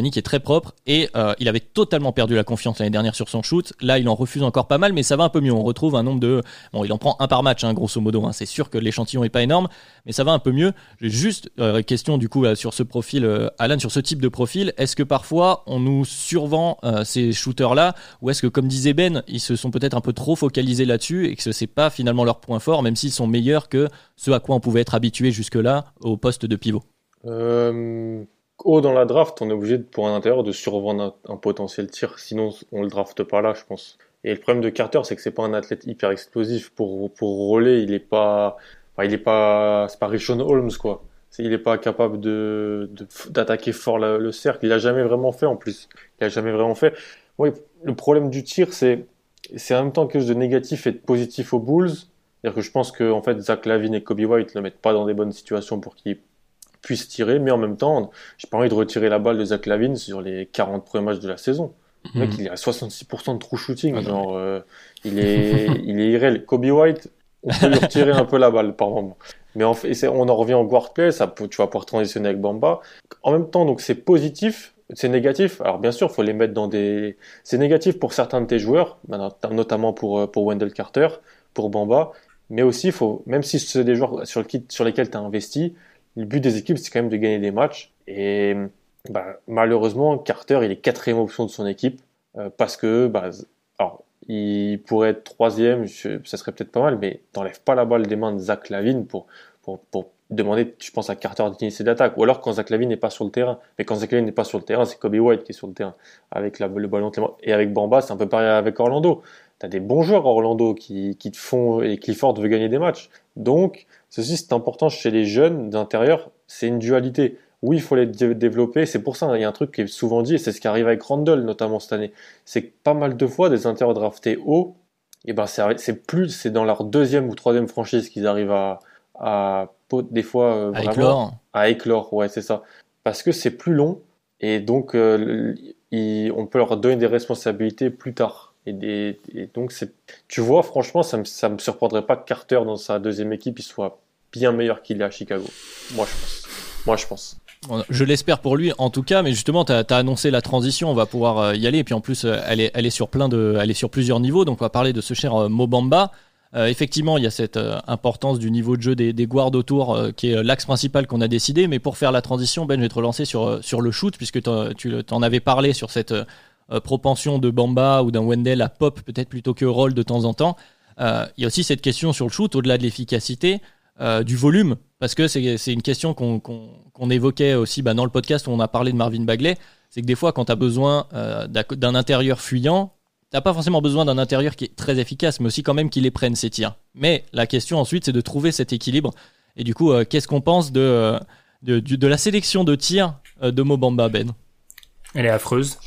Speaker 2: Et il avait totalement perdu la confiance l'année dernière sur son shoot. Là, il en refuse encore pas mal, mais ça va un peu mieux. On retrouve un nombre de... Bon, il en prend un par match, grosso modo. C'est sûr que l'échantillon est pas énorme, mais ça va un peu mieux. J'ai juste question du coup sur ce profil, Alan, sur ce type de profil. Est-ce que parfois on nous survend ces shooters-là, ou est-ce que, comme disait Ben, ils se sont peut-être un peu trop focalisés là-dessus et que c'est pas finalement leur point fort, même s'ils sont meilleurs que ce à quoi on pouvait être habitué jusque-là au poste de pivot?
Speaker 4: Haut dans la draft, on est obligé, pour un intérieur, de survendre un potentiel tir. Sinon, on le drafte pas là, je pense. Et le problème de Carter, c'est que c'est pas un athlète hyper explosif. Pour rouler, c'est pas Richaun Holmes, quoi. Il est pas capable d'attaquer fort le cercle. Il a jamais vraiment fait, en plus. Oui, le problème du tir, c'est en même temps quelque chose de négatif et de positif aux Bulls. C'est-à-dire que je pense que, en fait, Zach LaVine et Coby White le mettent pas dans des bonnes situations pour qu'il puisse tirer, mais en même temps, j'ai pas envie de retirer la balle de Zach LaVine sur les 40 premiers matchs de la saison. Le mec, il est à 66% de true shooting, il est irréel. Coby White, on peut lui retirer un peu la balle par moment. Mais on en revient au guard play, tu vas pouvoir transitionner avec Bamba. En même temps, donc c'est positif, c'est négatif. Alors bien sûr, faut les mettre c'est négatif pour certains de tes joueurs, notamment pour Wendell Carter, pour Bamba, mais aussi même si c'est des joueurs sur lesquels tu as investi, le but des équipes, c'est quand même de gagner des matchs. Et malheureusement, Carter, il est 4e option de son équipe parce que, alors, il pourrait être 3e, ça serait peut-être pas mal, mais t'enlèves pas la balle des mains de Zach LaVine pour demander, je pense, à Carter d'initier l'attaque. Ou alors quand Zach LaVine n'est pas sur le terrain. Mais quand Zach LaVine n'est pas sur le terrain, c'est Coby White qui est sur le terrain avec le ballon entre les mains. Et avec Bamba, c'est un peu pareil avec Orlando. T'as des bons joueurs à Orlando qui te font, et Clifford veut gagner des matchs. Donc, ceci, c'est important chez les jeunes d'intérieur, c'est une dualité. Oui, il faut les développer, c'est pour ça, il y a un truc qui est souvent dit, et c'est ce qui arrive avec Randle, notamment cette année, c'est que pas mal de fois, des intérieurs draftés haut, et c'est dans leur 2e ou 3e franchise qu'ils arrivent des fois, à éclore, ouais, c'est ça. Parce que c'est plus long, et donc, on peut leur donner des responsabilités plus tard. Et donc, tu vois, franchement, ça me surprendrait pas que Carter, dans sa 2e équipe, il soit bien meilleur qu'il est à Chicago. Moi, je pense.
Speaker 2: Je l'espère pour lui, en tout cas, mais justement, t'as annoncé la transition, on va pouvoir y aller, et puis en plus, elle est sur plusieurs niveaux, donc on va parler de ce cher Mo Bamba. Effectivement, il y a cette importance du niveau de jeu des guards autour, qui est l'axe principal qu'on a décidé, mais pour faire la transition, Ben, je vais te relancer sur le shoot, puisque tu t'en avais parlé sur cette propension de Bamba ou d'un Wendell à pop peut-être plutôt que roll de temps en temps. Il y a aussi cette question sur le shoot, au-delà de l'efficacité, du volume, parce que c'est une question qu'on évoquait aussi dans le podcast où on a parlé de Marvin Bagley. C'est que des fois, quand tu as besoin d'un intérieur fuyant, t'as pas forcément besoin d'un intérieur qui est très efficace, mais aussi quand même qu'il les prenne ses tirs. Mais la question ensuite, c'est de trouver cet équilibre. Et du coup, qu'est-ce qu'on pense de la sélection de tirs de Mo Bamba, Ben?
Speaker 3: Elle est affreuse.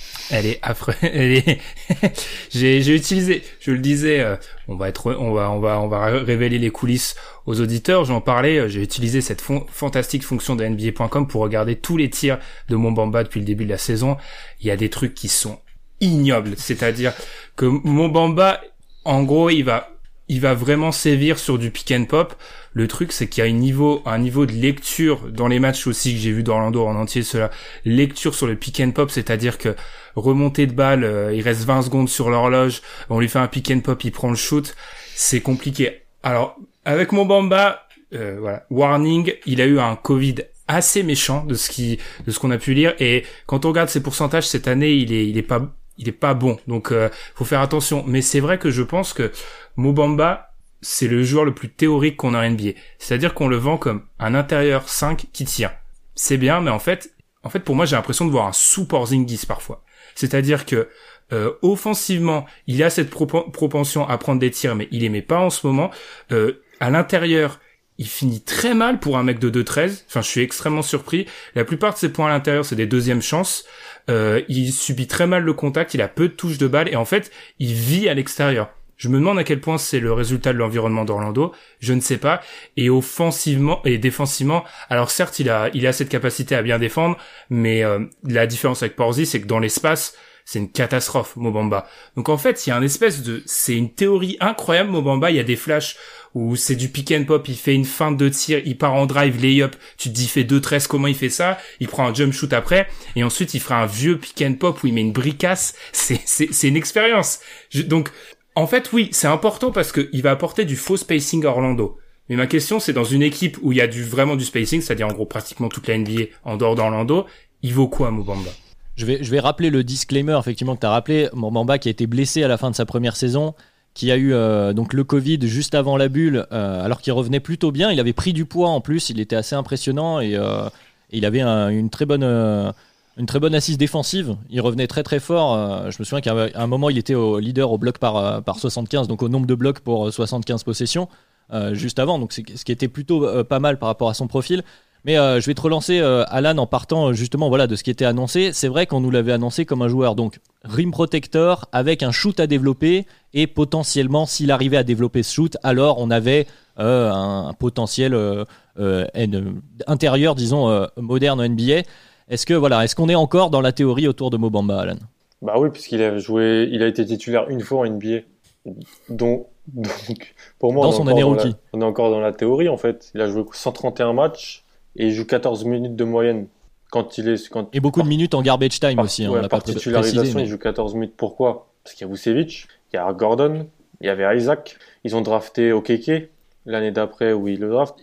Speaker 3: J'ai utilisé, je le disais, on va révéler les coulisses aux auditeurs. J'en parlais, j'ai utilisé cette fantastique fonction de NBA.com pour regarder tous les tirs de Mo Bamba depuis le début de la saison. Il y a des trucs qui sont ignobles. C'est-à-dire que Mo Bamba, en gros, il va vraiment sévir sur du pick and pop. Le truc, c'est qu'il y a un niveau de lecture dans les matchs aussi que j'ai vu d'Orlando en entier, lecture sur le pick and pop, c'est-à-dire que remontée de balle, il reste 20 secondes sur l'horloge, on lui fait un pick and pop, il prend le shoot, c'est compliqué. Alors, avec Mo Bamba, warning, il a eu un Covid assez méchant de ce qu'on a pu lire, et quand on regarde ses pourcentages cette année, il est pas bon, donc faut faire attention. Mais c'est vrai que je pense que Mo Bamba, c'est le joueur le plus théorique qu'on a en NBA. C'est-à-dire qu'on le vend comme un intérieur 5 qui tire. C'est bien, mais en fait, pour moi, j'ai l'impression de voir un sous-Porzingis parfois. C'est-à-dire que offensivement, il a cette propension à prendre des tirs, mais il les met pas en ce moment. À l'intérieur, il finit très mal pour un mec de 2-13. Enfin, je suis extrêmement surpris. La plupart de ses points à l'intérieur, c'est des deuxièmes chances. Il subit très mal le contact, il a peu de touches de balle, et en fait, il vit à l'extérieur. Je me demande à quel point c'est le résultat de l'environnement d'Orlando. Je ne sais pas. Et offensivement et défensivement, alors certes, il a cette capacité à bien défendre, mais la différence avec Porzingis, c'est que dans l'espace, c'est une catastrophe, Mo Bamba. Donc en fait, il y a c'est une théorie incroyable, Mo Bamba. Il y a des flashs où c'est du pick and pop, il fait une feinte de tir, il part en drive, lay-up, tu te dis, il fait 2-13, comment il fait ça? Il prend un jump shoot après, et ensuite il fera un vieux pick and pop où il met une bricasse. C'est une expérience. Donc, en fait, oui, c'est important parce que il va apporter du faux spacing à Orlando. Mais ma question, c'est dans une équipe où il y a vraiment du spacing, c'est-à-dire en gros pratiquement toute la NBA en dehors d'Orlando, il vaut quoi, Mo Bamba?
Speaker 2: Je vais rappeler le disclaimer effectivement que tu as rappelé. Mo Bamba qui a été blessé à la fin de sa première saison, qui a eu donc le Covid juste avant la bulle, alors qu'il revenait plutôt bien. Il avait pris du poids en plus, il était assez impressionnant et il avait une très bonne assise défensive. Il revenait très très fort. Je me souviens qu'à un moment il était au leader au bloc par 75, donc au nombre de blocs pour 75 possessions juste avant, donc ce qui était plutôt pas mal par rapport à son profil. Mais je vais te relancer, Alan, en partant justement de ce qui était annoncé. C'est vrai qu'on nous l'avait annoncé comme un joueur donc rim protector avec un shoot à développer, et potentiellement s'il arrivait à développer ce shoot, alors on avait un potentiel intérieur, disons, moderne NBA. Est-ce qu'on est encore dans la théorie autour de Mo Bamba, Alan?
Speaker 4: Bah oui, puisqu'il a été titulaire une fois en NBA. Donc pour moi,
Speaker 2: dans son année rookie.
Speaker 4: On est encore dans la théorie en fait. Il a joué 131 matchs. Et il joue 14 minutes de moyenne
Speaker 2: et beaucoup de minutes en garbage time aussi. On l'a
Speaker 4: par
Speaker 2: pas
Speaker 4: titularisation,
Speaker 2: précisé, mais...
Speaker 4: il joue 14 minutes. Pourquoi? Parce qu'il y a Vucevic, il y a Gordon, il y avait Isaac. Ils ont drafté Okeke l'année d'après où ils le draftent.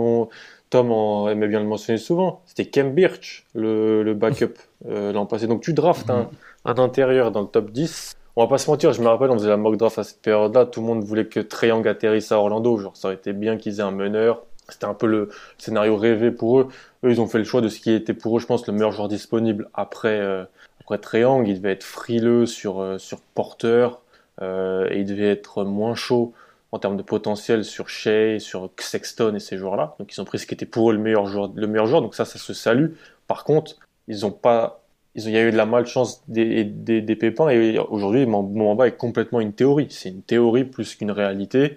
Speaker 4: Tom aimait bien le mentionner souvent. C'était Kem Birch, le backup l'an passé. Donc tu draftes un intérieur dans le top 10. On va pas se mentir, je me rappelle, on faisait la mock draft à cette période-là. Tout le monde voulait que Trae Young atterrisse à Orlando. Genre, ça aurait été bien qu'ils aient un meneur. C'était un peu le scénario rêvé pour eux. Eux, ils ont fait le choix de ce qui était pour eux, je pense, le meilleur joueur disponible après Trae Young. Il devait être frileux sur Porter et il devait être moins chaud en termes de potentiel sur Shea, sur Sexton et ces joueurs-là. Donc, ils ont pris ce qui était pour eux le meilleur joueur. Donc ça se salue. Par contre, il y a eu de la malchance des pépins et aujourd'hui, Mo Bamba est complètement une théorie. C'est une théorie plus qu'une réalité.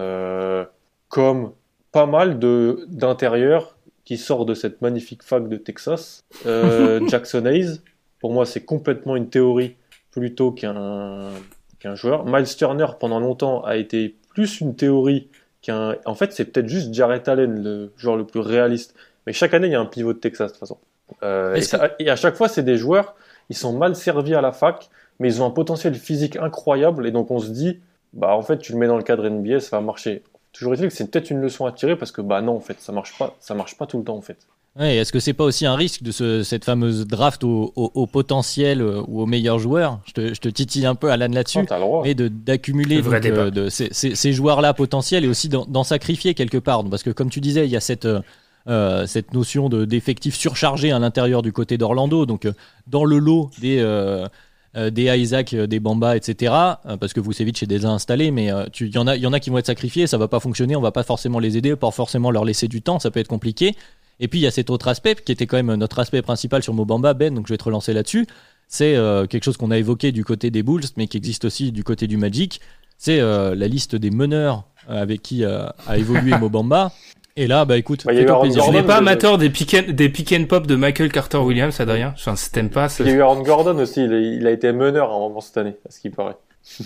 Speaker 4: Comme pas mal d'intérieurs qui sort de cette magnifique fac de Texas. Jackson Hayes, pour moi, c'est complètement une théorie plutôt qu'un joueur. Miles Turner, pendant longtemps, a été plus une théorie qu'un... En fait, c'est peut-être juste Jarrett Allen, le joueur le plus réaliste. Mais chaque année, il y a un pivot de Texas, de toute façon. Et à chaque fois, c'est des joueurs, ils sont mal servis à la fac, mais ils ont un potentiel physique incroyable. Et donc, on se dit, en fait, tu le mets dans le cadre NBA, ça va marcher. Toujours est-il que c'est peut-être une leçon à tirer parce que non, en fait, ça marche pas tout le temps en fait.
Speaker 2: Ouais, est-ce que c'est pas aussi un risque de cette fameuse draft au potentiel ou au meilleur joueur? Je te titille un peu, Alan, là-dessus, mais d'accumuler ces joueurs-là potentiels et aussi d'en sacrifier quelque part, parce que comme tu disais, il y a cette notion d'effectif surchargé à l'intérieur du côté d'Orlando, donc dans le lot des Isaac, des Bamba, etc. Parce que Vucevic est déjà installé, mais il y en a qui vont être sacrifiés, ça va pas fonctionner, on va pas forcément les aider, pas forcément leur laisser du temps, ça peut être compliqué. Et puis il y a cet autre aspect qui était quand même notre aspect principal sur Mo Bamba, Ben, donc je vais te relancer là-dessus. C'est quelque chose qu'on a évoqué du côté des Bulls, mais qui existe aussi du côté du Magic. C'est la liste des meneurs avec qui a évolué Mo Bamba. Et là, écoute, fais-toi plaisir.
Speaker 3: Je n'ai pas amateur des pick and pop de Michael Carter Williams, Adrien. Enfin, si t'aimes pas.
Speaker 4: Il y a eu Aaron Gordon aussi. Il a été meneur à un moment cette année, à ce qui paraît.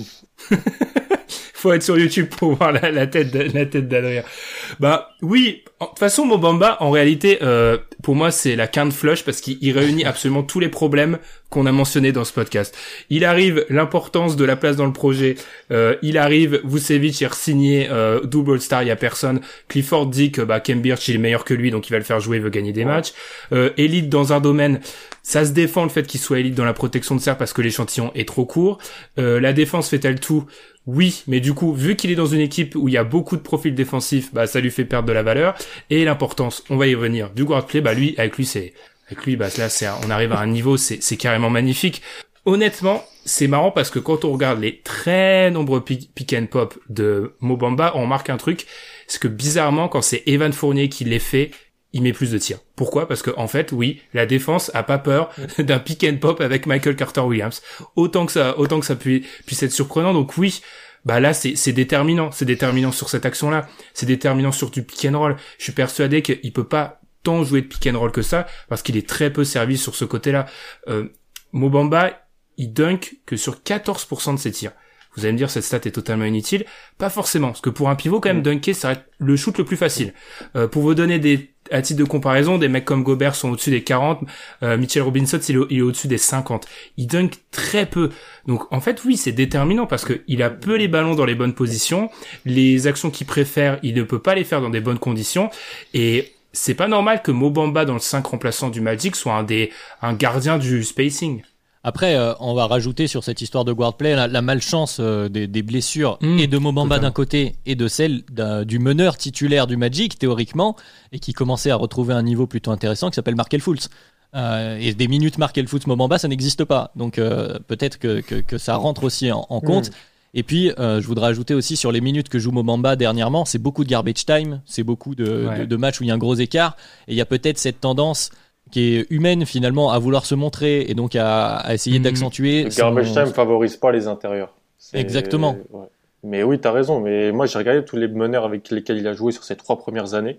Speaker 3: Faut être sur YouTube pour voir la tête d'Adrien. Oui. De toute façon, Mo Bamba, en réalité, pour moi, c'est la quinte flush parce qu'il réunit absolument tous les problèmes qu'on a mentionnés dans ce podcast. Il arrive, l'importance de la place dans le projet. Il arrive, Vucevic est re-signé, double star, il y a personne. Clifford dit que Kem Birch il est meilleur que lui, donc il va le faire jouer, il veut gagner des matchs. Élite dans un domaine, ça se défend le fait qu'il soit élite dans la protection de cercle parce que l'échantillon est trop court. La défense fait-elle tout? Oui, mais du coup, vu qu'il est dans une équipe où il y a beaucoup de profils défensifs, ça lui fait perdre de la valeur. Et l'importance, on va y revenir, du guard play, avec lui, on arrive à un niveau, c'est carrément magnifique. Honnêtement, c'est marrant parce que quand on regarde les très nombreux pick and pop de Mo Bamba, on remarque un truc, c'est que bizarrement, quand c'est Evan Fournier qui les fait, il met plus de tirs. Pourquoi? Parce que en fait, oui, la défense a pas peur d'un pick and pop avec Michael Carter Williams. Autant que ça puisse être surprenant. Donc oui, bah là c'est déterminant sur cette action-là, c'est déterminant sur du pick and roll. Je suis persuadé qu'il peut pas tant jouer de pick and roll que ça parce qu'il est très peu servi sur ce côté-là. Mo Bamba, il dunk que sur 14% de ses tirs. Vous allez me dire, cette stat est totalement inutile. Pas forcément, parce que pour un pivot, quand même, dunker, ça reste le shoot le plus facile. Pour vous donner à titre de comparaison, des mecs comme Gobert sont au-dessus des 40, Mitchell Robinson, il est au-dessus des 50. Il dunk très peu. Donc, en fait, oui, c'est déterminant parce que il a peu les ballons dans les bonnes positions. Les actions qu'il préfère, il ne peut pas les faire dans des bonnes conditions. Et c'est pas normal que Mo Bamba, dans le 5 remplaçant du Magic, soit un gardien du spacing.
Speaker 2: Après, on va rajouter sur cette histoire de guard play la malchance des blessures et de Mo Bamba d'un côté et de celle du meneur titulaire du Magic, théoriquement, et qui commençait à retrouver un niveau plutôt intéressant, qui s'appelle Markelle Fultz. Et des minutes Markelle Fultz Mo Bamba, ça n'existe pas. Donc peut-être que ça rentre aussi en compte. Et puis, je voudrais ajouter aussi sur les minutes que joue Mo Bamba dernièrement, c'est beaucoup de garbage time, c'est beaucoup de matchs où il y a un gros écart, et il y a peut-être cette tendance qui est humaine finalement à vouloir se montrer et donc à essayer d'accentuer.
Speaker 4: Le garbage time favorise pas les intérieurs.
Speaker 2: Exactement.
Speaker 4: Ouais. Mais oui, t'as raison. Mais moi, j'ai regardé tous les meneurs avec lesquels il a joué sur ces 3 premières années.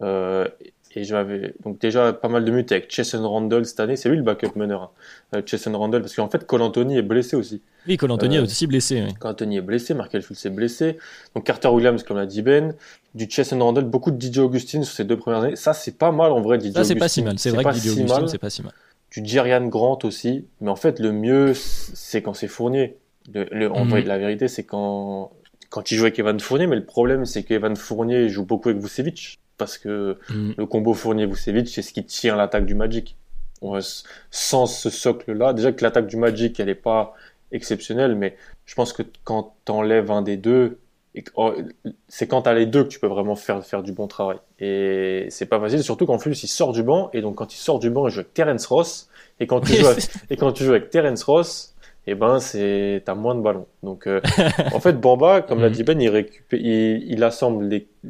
Speaker 4: Et j'avais donc déjà pas mal de minutes avec Chesson Randle cette année. C'est lui le backup meneur. Chesson Randle, parce qu'en fait, Cole Anthony est blessé aussi.
Speaker 2: Oui, Cole Anthony est aussi blessé. Oui.
Speaker 4: Cole Anthony est blessé, Markelle Fultz est blessé. Donc Carter Williams, comme l'a dit Ben. Du Chesson Randle, beaucoup de DJ Augustin sur ces 2 premières années. Ça, c'est pas mal en vrai, DJ Augustin.
Speaker 2: Ça, c'est pas si mal. C'est vrai que DJ Augustin, c'est pas si mal.
Speaker 4: Du Jerian Grant aussi. Mais en fait, le mieux, c'est quand c'est Fournier. En vrai, la vérité, c'est quand il joue avec Evan Fournier. Mais le problème, c'est qu'Evan Fournier joue beaucoup avec Vucevic. Parce que le combo Fournier-Vucevic, c'est ce qui tire l'attaque du Magic. Sans ce socle-là, déjà que l'attaque du Magic, elle est pas exceptionnelle, mais je pense que quand t'enlèves un des deux, c'est quand t'as les deux que tu peux vraiment faire du bon travail. Et c'est pas facile, surtout qu'en plus, il sort du banc, et donc quand il sort du banc, il joue avec Terence Ross, et quand tu joues avec Terence Ross, eh ben, t'as moins de ballons. Donc, en fait, Bamba, comme l'a dit Ben, il assemble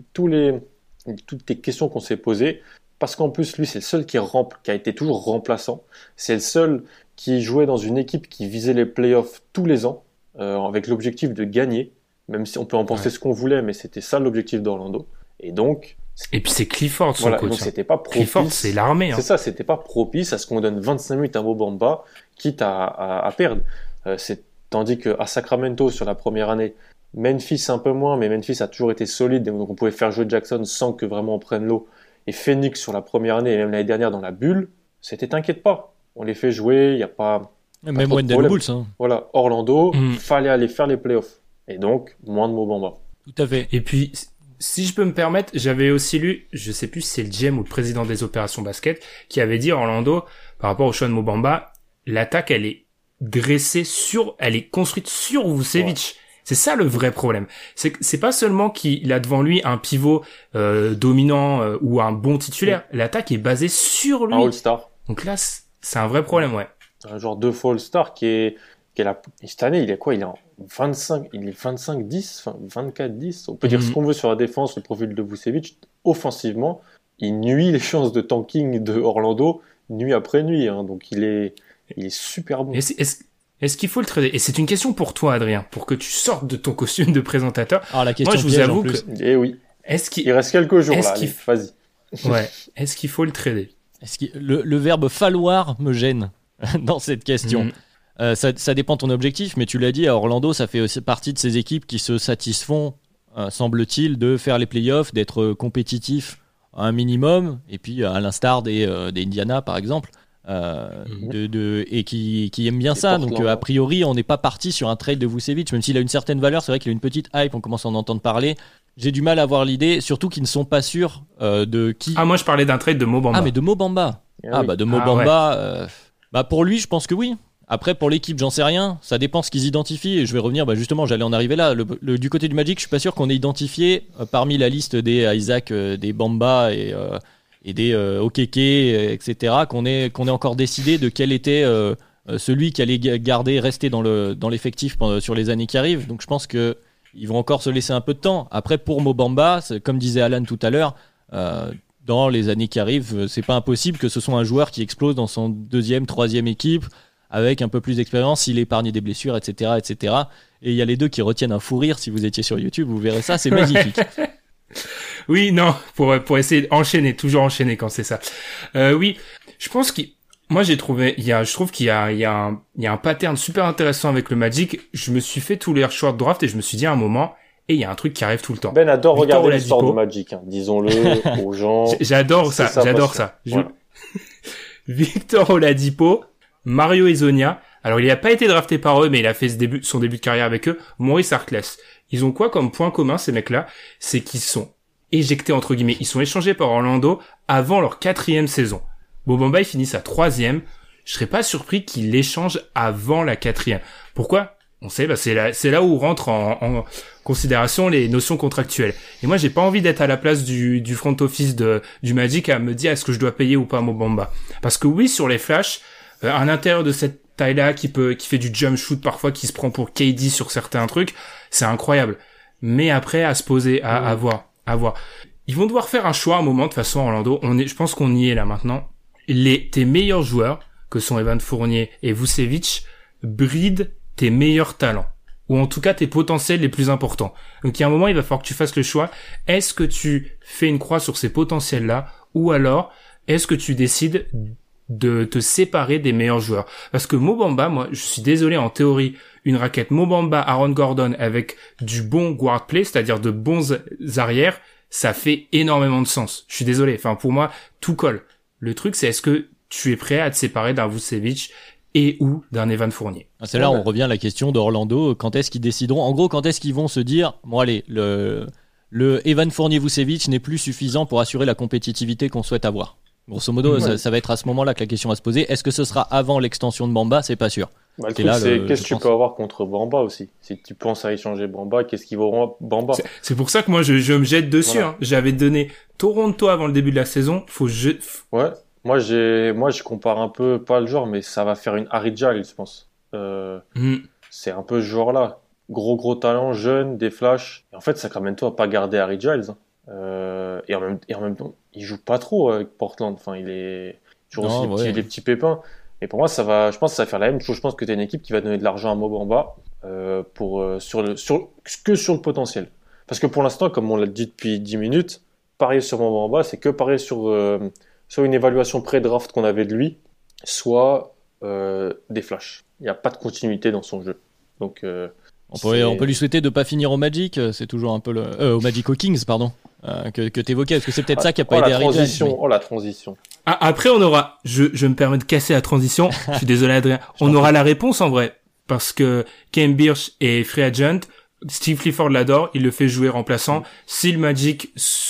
Speaker 4: toutes les questions qu'on s'est posées, parce qu'en plus, lui, c'est le seul qui a été toujours remplaçant. C'est le seul qui jouait dans une équipe qui visait les playoffs tous les ans, avec l'objectif de gagner, même si on peut en penser ce qu'on voulait, mais c'était ça l'objectif d'Orlando. Et
Speaker 3: puis c'est Clifford, son coach.
Speaker 4: Donc c'était pas propice.
Speaker 3: Clifford, c'est l'armée.
Speaker 4: C'est ça, c'était pas propice à ce qu'on donne 25 minutes à Mo Bamba, quitte à perdre. Tandis qu'à Sacramento, sur la première année, Memphis un peu moins, mais Memphis a toujours été solide, donc on pouvait faire jouer Jackson sans que vraiment on prenne l'eau. Et Phoenix sur la première année, et même l'année dernière dans la bulle, c'était t'inquiète pas. On les fait jouer, il n'y a pas.
Speaker 2: Même Wendell Bulls. Hein.
Speaker 4: Voilà, Orlando, fallait aller faire les playoffs. Et donc, moins de Mo Bamba.
Speaker 2: Tout à fait.
Speaker 3: Et puis, si je peux me permettre, j'avais aussi lu, je sais plus si c'est le GM ou le président des opérations basket, qui avait dit à Orlando, par rapport au choix de Mo Bamba, l'attaque, elle est construite sur Vucevic. Ouais. C'est ça le vrai problème. C'est pas seulement qu'il a devant lui un pivot dominant ou un bon titulaire. L'attaque est basée sur lui.
Speaker 4: Un All-Star.
Speaker 3: Donc là, c'est un vrai problème, ouais.
Speaker 4: Un genre 2 fois All-Star qui est cette année, il est quoi? Il est en 25, il est 25-10, 24-10. On peut dire ce qu'on veut sur la défense, le profil de Vucevic. Offensivement, il nuit les chances de tanking de Orlando nuit après nuit. Hein. Donc il est super bon.
Speaker 3: Est-ce qu'il faut le trader? Et c'est une question pour toi, Adrien, pour que tu sortes de ton costume de présentateur.
Speaker 2: Alors la question.
Speaker 3: Moi, je vous avoue que.
Speaker 4: Eh oui. Il reste quelques jours là. Allez, vas-y.
Speaker 3: Ouais. Est-ce qu'il faut le trader?
Speaker 2: Le verbe falloir me gêne dans cette question. Ça dépend de ton objectif, mais tu l'as dit, à Orlando, ça fait aussi partie de ces équipes qui se satisfont, semble-t-il, de faire les playoffs, d'être compétitifs à un minimum, et puis à l'instar des Indiana, par exemple. Et qui aime bien ça. Donc a priori on n'est pas parti sur un trade de Vucevic, même s'il a une certaine valeur. C'est vrai qu'il a une petite hype, on commence à en entendre parler. J'ai du mal à avoir l'idée, surtout qu'ils ne sont pas sûrs de qui.
Speaker 3: Moi je parlais d'un trade de Mo Bamba.
Speaker 2: Mais de Mo Bamba. De Mo Bamba, ouais. Pour lui je pense que oui. Après pour l'équipe j'en sais rien, ça dépend ce qu'ils identifient. Et je vais revenir, justement j'allais en arriver là. Du côté du Magic je suis pas sûr qu'on ait identifié parmi la liste des Isaac, des Bamba et des Okeke, etc., qu'on ait encore décidé de quel était celui qui allait rester dans l'effectif sur les années qui arrivent. Donc je pense qu'ils vont encore se laisser un peu de temps. Après, pour Mo Bamba, comme disait Alan tout à l'heure, dans les années qui arrivent, c'est pas impossible que ce soit un joueur qui explose dans son 2e, 3e équipe, avec un peu plus d'expérience, s'il épargne des blessures, etc., etc. et il y a les deux qui retiennent un fou rire. Si vous étiez sur YouTube, vous verrez ça, c'est magnifique.
Speaker 3: Oui, non, pour essayer d'enchaîner, toujours enchaîner quand c'est ça. Oui, je pense moi je trouve qu'il y a un pattern super intéressant avec le Magic. Je me suis fait tous les choix de draft et je me suis dit à un moment, et il y a un truc qui arrive tout le temps.
Speaker 4: Ben adore
Speaker 3: Victor
Speaker 4: regarder l'histoire
Speaker 3: Oladipo.
Speaker 4: du Magic, disons-le aux gens.
Speaker 3: J'adore ça.
Speaker 4: Voilà.
Speaker 3: Victor Oladipo, Mario Hezonja. Alors il n'a pas été drafté par eux, mais il a fait son début de carrière avec eux. Maurice Harkless. Ils ont quoi comme point commun, ces mecs-là? C'est qu'ils sont éjectés, entre guillemets. Ils sont échangés par Orlando avant leur 4e saison. Mo Bamba, il finit sa 3e. Je serais pas surpris qu'il l'échange avant la 4e. Pourquoi? On sait, c'est là où rentrent en considération les notions contractuelles. Et moi, j'ai pas envie d'être à la place du front office du Magic à me dire est-ce que je dois payer ou pas Mo Bamba. Parce que oui, sur les flashs, à l'intérieur de cette taille-là, qui fait du jump shoot parfois, qui se prend pour KD sur certains trucs, c'est incroyable. Mais après, à se poser, à voir. Ils vont devoir faire un choix à un moment, de toute façon, Orlando. Je pense qu'on y est là maintenant. Tes meilleurs joueurs, que sont Evan Fournier et Vucevic, brident tes meilleurs talents. Ou en tout cas, tes potentiels les plus importants. Donc, il y a un moment, il va falloir que tu fasses le choix. Est-ce que tu fais une croix sur ces potentiels-là? Ou alors, est-ce que tu décides de te séparer des meilleurs joueurs? Parce que Mo Bamba, moi, je suis désolé, en théorie, une raquette Mo Bamba, Aaron Gordon avec du bon guard play, c'est-à-dire de bons arrières, ça fait énormément de sens. Je suis désolé. Enfin, pour moi, tout colle. Le truc, c'est est-ce que tu es prêt à te séparer d'un Vucevic et ou d'un Evan Fournier?
Speaker 2: C'est là où on revient à la question d'Orlando. Quand est-ce qu'ils décideront? En gros, quand est-ce qu'ils vont se dire, bon allez, le Evan Fournier-Vucevic n'est plus suffisant pour assurer la compétitivité qu'on souhaite avoir. Grosso modo, ça va être à ce moment-là que la question va se poser. Est-ce que ce sera avant l'extension de Bamba? C'est pas sûr.
Speaker 4: Le truc, c'est qu'est-ce que tu peux avoir contre Bamba aussi? Si tu penses à échanger Bamba, qu'est-ce qu'ils vont Bamba?
Speaker 3: C'est pour ça que moi, je me jette dessus. Voilà. J'avais donné Toronto avant le début de la saison.
Speaker 4: Ouais. Moi, je compare un peu, pas le genre, mais ça va faire une Harry Giles, je pense. C'est un peu ce genre-là. Gros talent, jeune, des flashs. Et en fait, ça t'amène toi à pas garder Harry Giles. Et en même temps, il joue pas trop avec Portland. Enfin, il est toujours aussi les petits pépins. Et pour moi, je pense que ça va faire la même chose. Je pense que t'es une équipe qui va donner de l'argent à Mo Bamba sur le potentiel. Parce que pour l'instant, comme on l'a dit depuis 10 minutes, parier sur Mo Bamba, c'est que parier sur soit une évaluation pré-draft qu'on avait de lui, soit des flashs. Il n'y a pas de continuité dans son jeu. Donc,
Speaker 2: on peut lui souhaiter de pas finir au Magic. C'est toujours un peu au Magic aux Kings, pardon, que t'évoquais. Parce que c'est peut-être ça qui a pas aidé Harry Giles.
Speaker 4: La transition.
Speaker 3: Après, on aura, je me permets de casser la transition. Je suis désolé, Adrien. On aura la réponse en vrai. Parce que Ken Birch est free agent. Steve Clifford l'adore. Il le fait jouer remplaçant. Si le Magic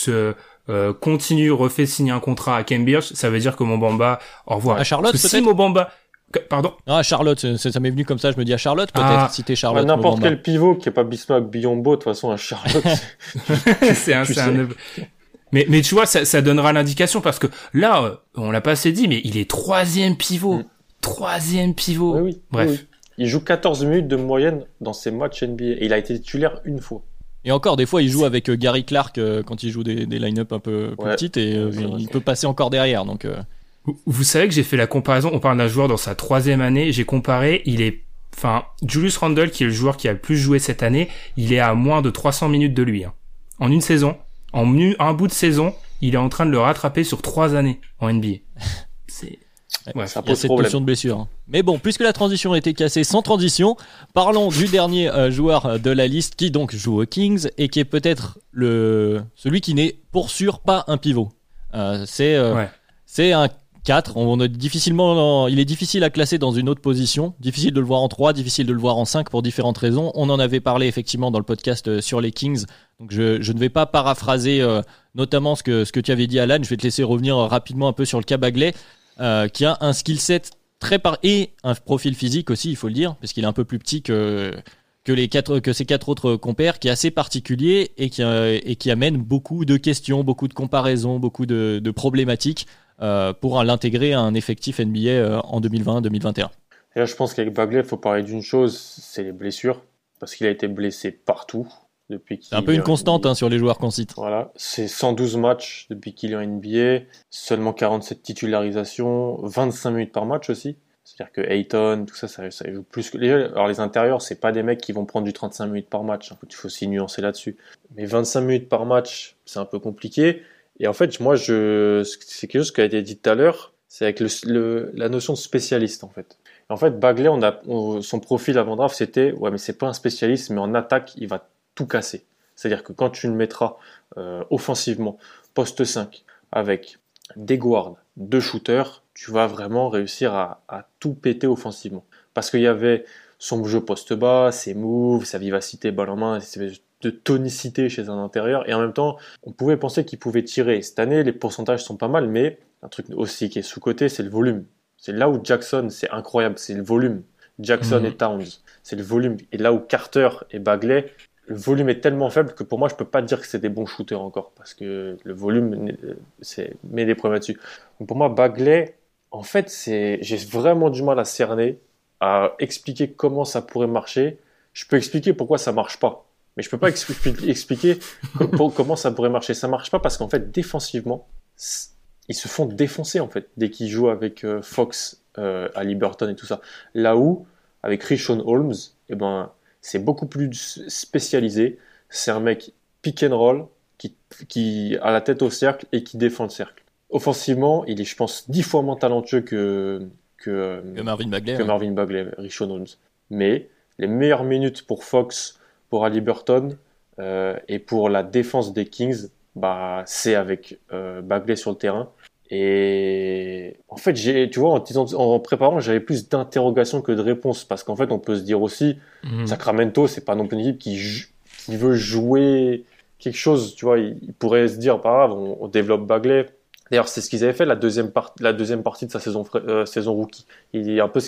Speaker 3: refait signer un contrat à Ken Birch, ça veut dire que Mo Bamba, au revoir.
Speaker 2: À Charlotte, peut-être?
Speaker 3: Si Mo Bamba, pardon?
Speaker 2: Non, à Charlotte, ça m'est venu comme ça, je me dis à Charlotte, peut-être, si t'es Charlotte.
Speaker 4: N'importe quel pivot qui est pas Bismack Biyombo, de toute façon, à Charlotte.
Speaker 3: c'est un mais tu vois, ça donnera l'indication parce que là, on l'a pas assez dit, mais il est 3e pivot. 3e pivot.
Speaker 4: Oui.
Speaker 3: Bref.
Speaker 4: Oui. Il joue 14 minutes de moyenne dans ses matchs NBA et il a été titulaire une fois.
Speaker 2: Et encore, des fois, il joue avec Gary Clark quand il joue des line-up un peu plus petites et il peut passer encore derrière. Donc,
Speaker 3: Vous savez que j'ai fait la comparaison, on parle d'un joueur dans sa 3e année, j'ai comparé, Julius Randle, qui est le joueur qui a le plus joué cette année, il est à moins de 300 minutes de lui. En une saison, un bout de saison, il est en train de le rattraper sur 3 années en NBA.
Speaker 2: il y a cette notion de blessure. Mais bon, puisque la transition a été cassée sans transition, parlons du dernier joueur de la liste qui donc joue aux Kings et qui est peut-être celui qui n'est pour sûr pas un pivot. C'est un 4, il est difficile à classer dans une autre position, difficile de le voir en 3, difficile de le voir en 5 pour différentes raisons. On en avait parlé effectivement dans le podcast sur les Kings, donc je ne vais pas paraphraser notamment ce que tu avais dit, Alan. Je vais te laisser revenir rapidement un peu sur le cas Bagley, qui a un skill set et un profil physique aussi, il faut le dire, parce qu'il est un peu plus petit que ses 4 autres compères, qui est assez particulier et qui amène beaucoup de questions, beaucoup de comparaisons, beaucoup de problématiques pour l'intégrer à un effectif NBA en 2020-2021.
Speaker 4: Et là, je pense qu'avec Bagley, il faut parler d'une chose, c'est les blessures, parce qu'il a été blessé partout depuis qu'il.
Speaker 2: C'est un peu une constante sur les joueurs qu'on cite.
Speaker 4: Voilà, c'est 112 matchs depuis qu'il est en NBA, seulement 47 titularisations, 25 minutes par match aussi. C'est-à-dire que Ayton, tout ça, ça joue plus que alors les intérieurs, c'est pas des mecs qui vont prendre du 35 minutes par match. Il faut aussi nuancer là-dessus. Mais 25 minutes par match, c'est un peu compliqué. Et en fait, moi, c'est quelque chose qui a été dit tout à l'heure, c'est avec la notion de spécialiste, en fait. Et en fait, Bagley, son profil avant draft, c'était, ouais, mais c'est pas un spécialiste, mais en attaque, il va tout casser. C'est-à-dire que quand tu le mettras offensivement, poste 5, avec des guards, 2 shooters, tu vas vraiment réussir à tout péter offensivement. Parce qu'il y avait son jeu poste bas, ses moves, sa vivacité balle en main, de tonicité chez un intérieur, et en même temps, on pouvait penser qu'il pouvait tirer. Cette année, les pourcentages sont pas mal, mais un truc aussi qui est sous-coté, c'est le volume. C'est là où Jackson, c'est incroyable, c'est le volume. Jackson et Towns, c'est le volume. Et là où Carter et Bagley, le volume est tellement faible que pour moi, je peux pas dire que c'est des bons shooters encore, parce que le volume met des problèmes là-dessus. Donc pour moi, Bagley, en fait, j'ai vraiment du mal à cerner, à expliquer comment ça pourrait marcher. Je peux expliquer pourquoi ça marche pas, mais je peux pas expliquer comment ça pourrait marcher. Ça marche pas parce qu'en fait, défensivement, ils se font défoncer en fait dès qu'ils jouent avec Fox, Haliburton et tout ça. Là où avec Richaun Holmes, eh ben c'est beaucoup plus spécialisé. C'est un mec pick and roll qui a la tête au cercle et qui défend le cercle. Offensivement, il est, je pense, 10 fois moins talentueux que
Speaker 2: Marvin Bagley.
Speaker 4: Marvin Bagley, Richaun Holmes. Mais les meilleures minutes pour Fox, pour Haliburton et pour la défense des Kings, bah c'est avec Bagley sur le terrain. Et en fait, tu vois, en préparant, j'avais plus d'interrogations que de réponses, parce qu'en fait, on peut se dire aussi, Sacramento, c'est pas non plus une équipe qui veut jouer quelque chose, tu vois, il pourrait se dire, pas grave, on développe Bagley. D'ailleurs, c'est ce qu'ils avaient fait la deuxième partie de sa saison rookie. Il y a un peu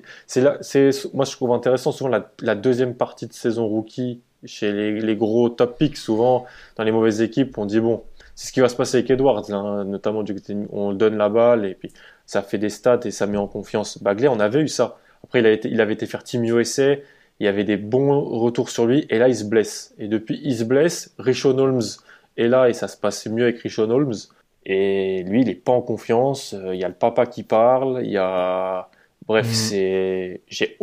Speaker 4: moi je trouve intéressant souvent la deuxième partie de saison rookie chez les gros top picks, souvent dans les mauvaises équipes, on dit bon, c'est ce qui va se passer avec Edwards, hein, notamment on donne la balle et puis ça fait des stats et ça met en confiance. Bagley, on avait eu ça. Après, il avait été faire Team USA, il y avait des bons retours sur lui et là il se blesse. Et depuis il se blesse, Richaun Holmes est là et ça se passe mieux avec Richaun Holmes. Et lui, il est pas en confiance. Il y a le papa qui parle. Il y a, bref, je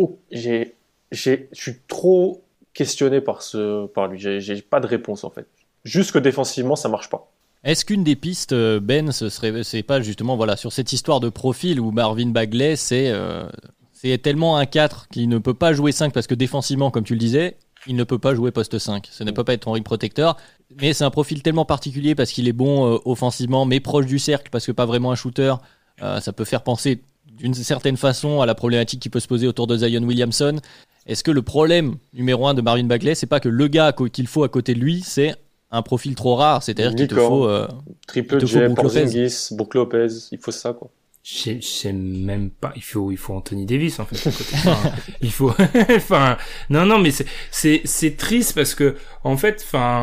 Speaker 4: suis trop questionné par lui. J'ai pas de réponse en fait. Juste que défensivement, ça marche pas.
Speaker 2: Est-ce qu'une des pistes, Ben, c'est pas justement voilà sur cette histoire de profil où Marvin Bagley, c'est tellement un 4 qu'il ne peut pas jouer 5 parce que défensivement, comme tu le disais, il ne peut pas jouer poste 5. Ce n'est pas être ton rim protecteur, mais c'est un profil tellement particulier parce qu'il est bon offensivement, mais proche du cercle parce que pas vraiment un shooter. Ça peut faire penser d'une certaine façon à la problématique qui peut se poser autour de Zion Williamson. Est-ce que le problème numéro 1 de Marvin Bagley, c'est pas que le gars qu'il faut à côté de lui, c'est un profil trop rare, c'est-à-dire qu'il te faut
Speaker 4: Triple J, Porzingis, Brook Lopez, il faut ça quoi.
Speaker 3: Je sais même pas, il faut Anthony Davis en fait. Enfin, il faut non mais c'est triste parce que en fait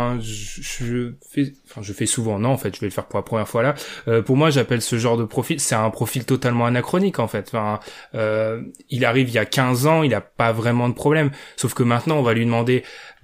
Speaker 3: je fais souvent non en fait, je vais le faire pour la première fois là. Pour moi, j'appelle ce genre de profil, c'est un profil totalement anachronique en fait. Il arrive il y a 15 ans, il a pas vraiment de problème, sauf que maintenant on va lui demander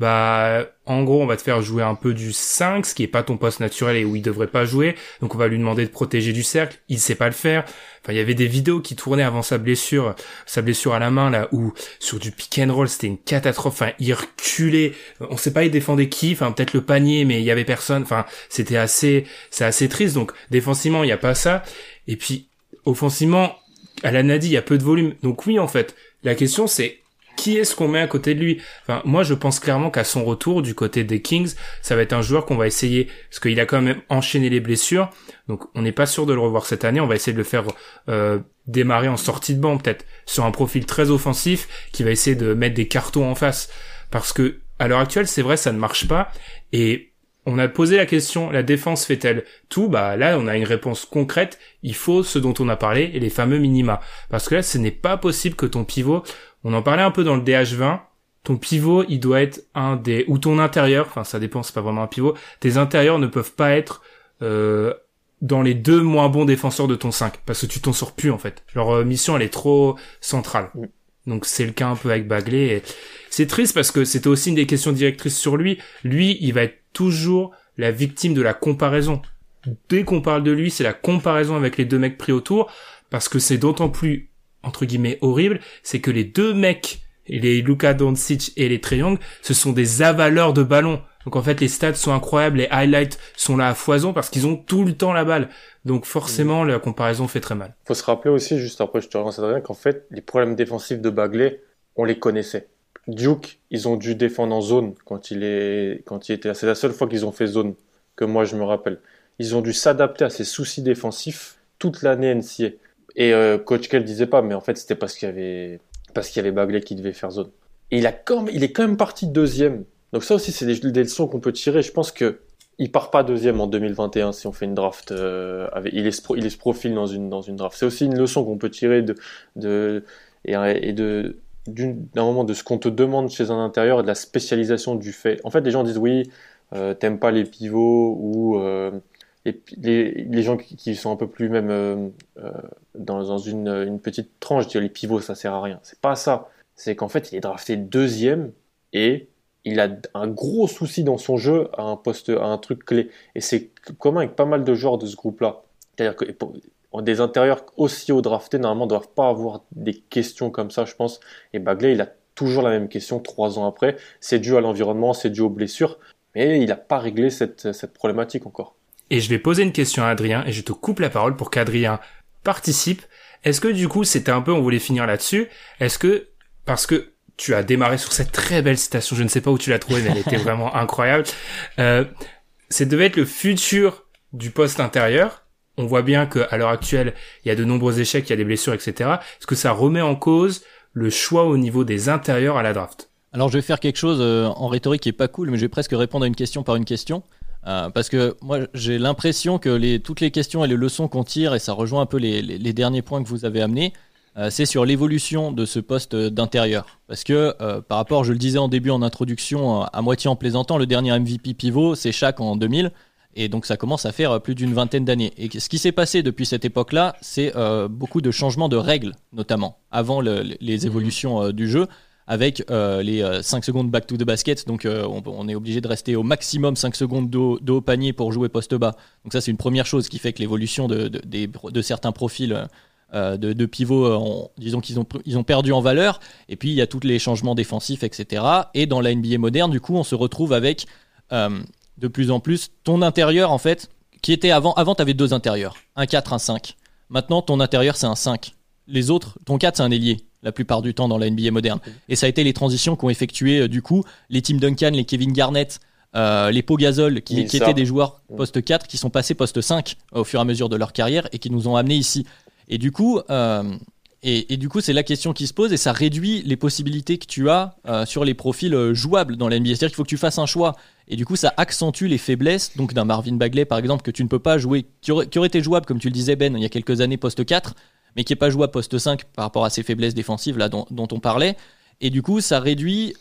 Speaker 3: en gros, on va te faire jouer un peu du 5, ce qui est pas ton poste naturel et où il devrait pas jouer. Donc on va lui demander de protéger du cercle, il sait pas le faire. Enfin, il y avait des vidéos qui tournaient avant sa blessure à la main là où sur du pick and roll, c'était une catastrophe. Enfin, il reculait, on sait pas il défendait qui, enfin peut-être le panier mais il y avait personne. Enfin, c'est assez triste. Donc défensivement, il y a pas ça et puis offensivement, Alan a dit il y a peu de volume. Donc oui, en fait, la question c'est qui est-ce qu'on met à côté de lui? Enfin, moi, je pense clairement qu'à son retour, du côté des Kings, ça va être un joueur qu'on va essayer, parce qu'il a quand même enchaîné les blessures, donc on n'est pas sûr de le revoir cette année, on va essayer de le faire démarrer en sortie de banc, peut-être, sur un profil très offensif, qui va essayer de mettre des cartons en face, parce que, à l'heure actuelle, c'est vrai, ça ne marche pas, et on a posé la question, la défense fait-elle tout? Là, on a une réponse concrète, il faut ce dont on a parlé, et les fameux minima. Parce que là, ce n'est pas possible que ton pivot, on en parlait un peu dans le DH20, ton pivot, il doit être ou ton intérieur, enfin ça dépend, c'est pas vraiment un pivot, tes intérieurs ne peuvent pas être dans les 2 moins bons défenseurs de ton 5, parce que tu t'en sors plus en fait. Leur mission, elle est trop centrale. Donc c'est le cas un peu avec Bagley. Et c'est triste parce que c'était aussi une des questions directrices sur lui. Lui, il va être toujours la victime de la comparaison. Dès qu'on parle de lui, c'est la comparaison avec les 2 mecs pris autour, parce que c'est d'autant plus entre guillemets horrible, c'est que les deux mecs, les Luka Doncic et les Trae Young, ce sont des avaleurs de ballon. Donc en fait, les stats sont incroyables, les highlights sont là à foison parce qu'ils ont tout le temps la balle. Donc forcément, la comparaison fait très mal.
Speaker 4: Faut se rappeler aussi, juste après, je te relance Adrien, qu'en fait, les problèmes défensifs de Bagley, on les connaissait. Duke, ils ont dû défendre en zone quand il était là. C'est la seule fois qu'ils ont fait zone, que moi je me rappelle. Ils ont dû s'adapter à ces soucis défensifs toute l'année NCAA. Et Coach Kell disait pas, mais en fait c'était parce qu'il y avait Bagley qui devait faire zone. Et il est quand même parti deuxième. Donc ça aussi c'est des leçons qu'on peut tirer. Je pense que il part pas deuxième en 2021 si on fait une draft. Il se profile dans une draft. C'est aussi une leçon qu'on peut tirer d'un moment de ce qu'on te demande chez un intérieur et de la spécialisation du fait. En fait, les gens disent oui, t'aimes pas les pivots ou les gens qui sont un peu plus même dans une petite tranche, dire les pivots ça sert à rien. C'est pas ça. C'est qu'en fait il est drafté deuxième et il a un gros souci dans son jeu à un truc clé. Et c'est commun avec pas mal de joueurs de ce groupe-là. C'est-à-dire que des intérieurs aussi haut draftés normalement doivent pas avoir des questions comme ça, je pense. Et Bagley il a toujours la même question 3 ans après. C'est dû à l'environnement, c'est dû aux blessures, mais il a pas réglé cette problématique encore.
Speaker 3: Et je vais poser une question à Adrien, et je te coupe la parole pour qu'Adrien participe. Est-ce que du coup, c'était un peu, on voulait finir là-dessus, parce que tu as démarré sur cette très belle citation, je ne sais pas où tu l'as trouvée, mais elle était vraiment incroyable, ça devait être le futur du poste intérieur. On voit bien qu'à l'heure actuelle, il y a de nombreux échecs, il y a des blessures, etc. Est-ce que ça remet en cause le choix au niveau des intérieurs à la draft?
Speaker 2: Alors je vais faire quelque chose en rhétorique qui est pas cool, mais je vais presque répondre à une question par une question. Parce que moi j'ai l'impression que toutes les questions et les leçons qu'on tire, et ça rejoint un peu les derniers points que vous avez amenés, c'est sur l'évolution de ce poste d'intérieur. Parce que par rapport, je le disais en début en introduction, à moitié en plaisantant, le dernier MVP pivot c'est Shaq en 2000, et donc ça commence à faire plus d'une vingtaine d'années. Et ce qui s'est passé depuis cette époque-là, c'est beaucoup de changements de règles, notamment avant les évolutions du jeu, avec les 5 secondes back to the basket, donc on est obligé de rester au maximum 5 secondes de haut panier pour jouer poste bas. Donc ça c'est une première chose qui fait que l'évolution de certains profils de pivots, disons qu'ils ont perdu en valeur. Et puis il y a tous les changements défensifs, etc. Et dans la NBA moderne, du coup on se retrouve avec de plus en plus ton intérieur en fait, qui était avant tu avais 2 intérieurs, un 4, un 5. Maintenant ton intérieur c'est un 5. Les autres, ton 4 c'est un ailier la plupart du temps dans la NBA moderne. Et ça a été les transitions qu'ont effectué du coup les Tim Duncan, les Kevin Garnett, les Pau Gasol qui étaient des joueurs poste 4 qui sont passés poste 5 au fur et à mesure de leur carrière et qui nous ont amenés ici. Et du coup c'est la question qui se pose, et ça réduit les possibilités que tu as sur les profils jouables dans la NBA. C'est-à-dire qu'il faut que tu fasses un choix, et du coup ça accentue les faiblesses donc d'un Marvin Bagley par exemple, que tu ne peux pas jouer, qui aurait été jouable comme tu le disais Ben il y a quelques années poste 4, mais qui n'est pas jouable poste 5 par rapport à ses faiblesses défensives là dont on parlait. Et du coup ça réduit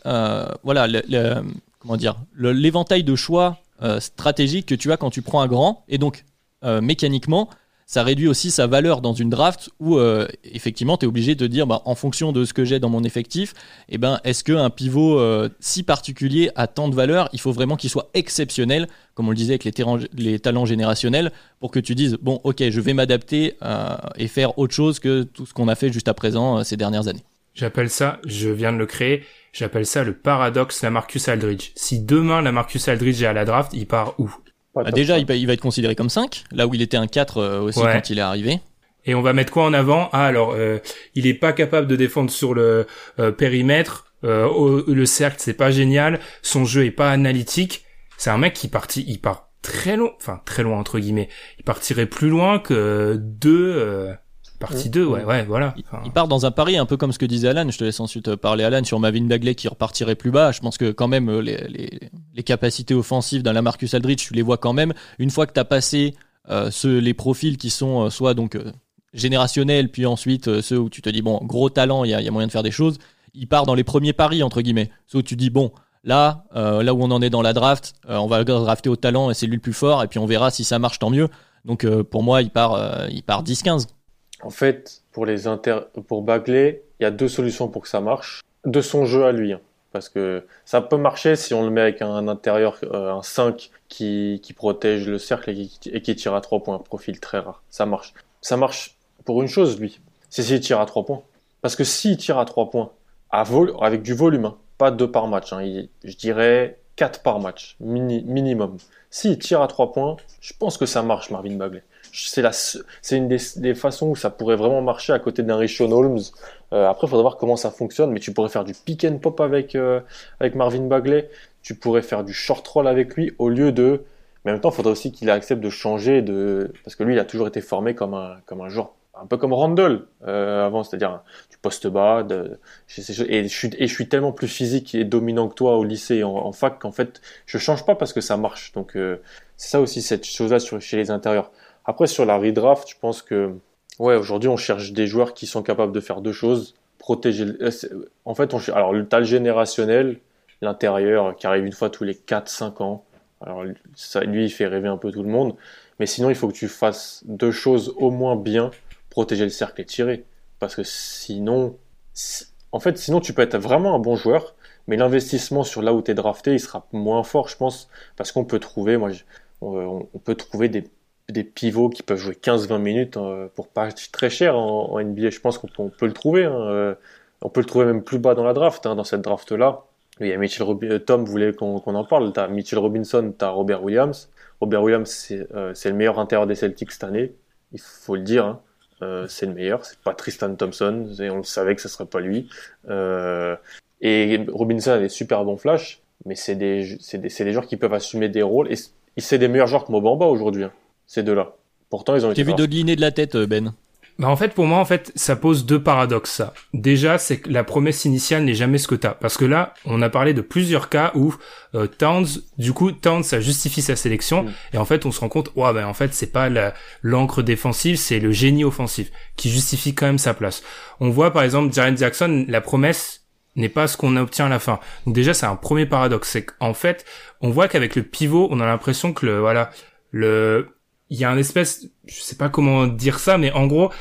Speaker 2: l'éventail de choix stratégiques que tu as quand tu prends un grand, et donc mécaniquement ça réduit aussi sa valeur dans une draft où effectivement tu es obligé de dire en fonction de ce que j'ai dans mon effectif, est-ce qu'un pivot si particulier a tant de valeur? Il faut vraiment qu'il soit exceptionnel, comme on le disait avec les talents générationnels, pour que tu dises bon ok je vais m'adapter et faire autre chose que tout ce qu'on a fait juste à présent ces dernières années.
Speaker 3: J'appelle ça, je viens de le créer, j'appelle ça le paradoxe LaMarcus Aldridge. Si demain LaMarcus Aldridge est à la draft, il part où?
Speaker 2: Déjà, il va être considéré comme 5, là où il était un 4 aussi quand il est arrivé.
Speaker 3: Et on va mettre quoi en avant? Il est pas capable de défendre sur le périmètre, le cercle, c'est pas génial, son jeu est pas analytique. C'est un mec il part très loin entre guillemets. Il partirait plus loin que partie 2, ouais, voilà.
Speaker 2: Il part dans un pari un peu comme ce que disait Alan. Je te laisse ensuite parler, Alan, sur Marvin Bagley qui repartirait plus bas. Je pense que quand même les capacités offensives d'un LaMarcus Aldridge, tu les vois quand même. Une fois que tu as passé les profils qui sont soit donc générationnels, puis ensuite ceux où tu te dis bon, gros talent, il y a moyen de faire des choses. Il part dans les premiers paris entre guillemets. Ceux où tu dis bon, là où on en est dans la draft, on va drafter au talent et c'est lui le plus fort, et puis on verra si ça marche, tant mieux. Donc pour moi, il part 10-15.
Speaker 4: En fait, pour Bagley, il y a 2 solutions pour que ça marche. De son jeu à lui. Parce que ça peut marcher si on le met avec un intérieur, un 5 qui protège le cercle et qui tire à 3 points. Profil très rare. Ça marche. Ça marche pour une chose, lui. C'est s'il tire à 3 points. Parce que s'il tire à 3 points, avec du volume, hein, pas 2 par match, hein, je dirais 4 par match, minimum. S'il tire à 3 points, je pense que ça marche, Marvin Bagley. C'est une des façons où ça pourrait vraiment marcher à côté d'un Richaun Holmes. Après, il faudra voir comment ça fonctionne, mais tu pourrais faire du pick and pop avec Marvin Bagley. Tu pourrais faire du short roll avec lui au lieu de... Mais en même temps, il faudrait aussi qu'il accepte de changer parce que lui, il a toujours été formé comme un joueur un peu comme Randle avant, c'est-à-dire du poste bas. Et je suis tellement plus physique et dominant que toi au lycée et en fac qu'en fait, je change pas parce que ça marche. Donc, c'est ça aussi, cette chose-là chez les intérieurs. Après, sur la redraft, je pense que aujourd'hui, on cherche des joueurs qui sont capables de faire deux choses. Protéger... En fait, alors, t'as le générationnel, l'intérieur, qui arrive une fois tous les 4-5 ans. Alors, lui, il fait rêver un peu tout le monde. Mais sinon, il faut que tu fasses deux choses au moins bien. Protéger le cercle et tirer. Parce que sinon... sinon, tu peux être vraiment un bon joueur, mais l'investissement sur là où tu es drafté, il sera moins fort, je pense. Parce qu'on peut trouver... on peut trouver des pivots qui peuvent jouer 15-20 minutes pour pas être très cher en NBA. Je pense qu'on peut le trouver. On peut le trouver même plus bas dans la draft, dans cette draft-là. Il y a Tom voulait qu'on en parle. T'as Mitchell Robinson, t'as Robert Williams. Robert Williams, c'est le meilleur intérieur des Celtics cette année. Il faut le dire. C'est le meilleur. C'est pas Tristan Thompson. On le savait que ce serait pas lui. Et Robinson a des super bons flashs, mais c'est des joueurs qui peuvent assumer des rôles. Et c'est des meilleurs joueurs que Mo Bamba aujourd'hui. Ces deux-là. Pourtant, ils ont été...
Speaker 2: J'ai vu dodeliner de la tête, Ben.
Speaker 3: Bah en fait, pour moi, ça pose deux paradoxes, ça. Déjà, c'est que la promesse initiale n'est jamais ce que t'as. Parce que là, on a parlé de plusieurs cas où Towns, ça justifie sa sélection. Et en fait, on se rend compte, en fait, c'est pas l'encre défensive, c'est le génie offensif qui justifie quand même sa place. On voit, par exemple, Jaren Jackson, la promesse n'est pas ce qu'on obtient à la fin. Donc déjà, c'est un premier paradoxe. C'est qu'en fait, on voit qu'avec le pivot, on a l'impression que il y a un espèce, je sais pas comment dire ça, mais en gros,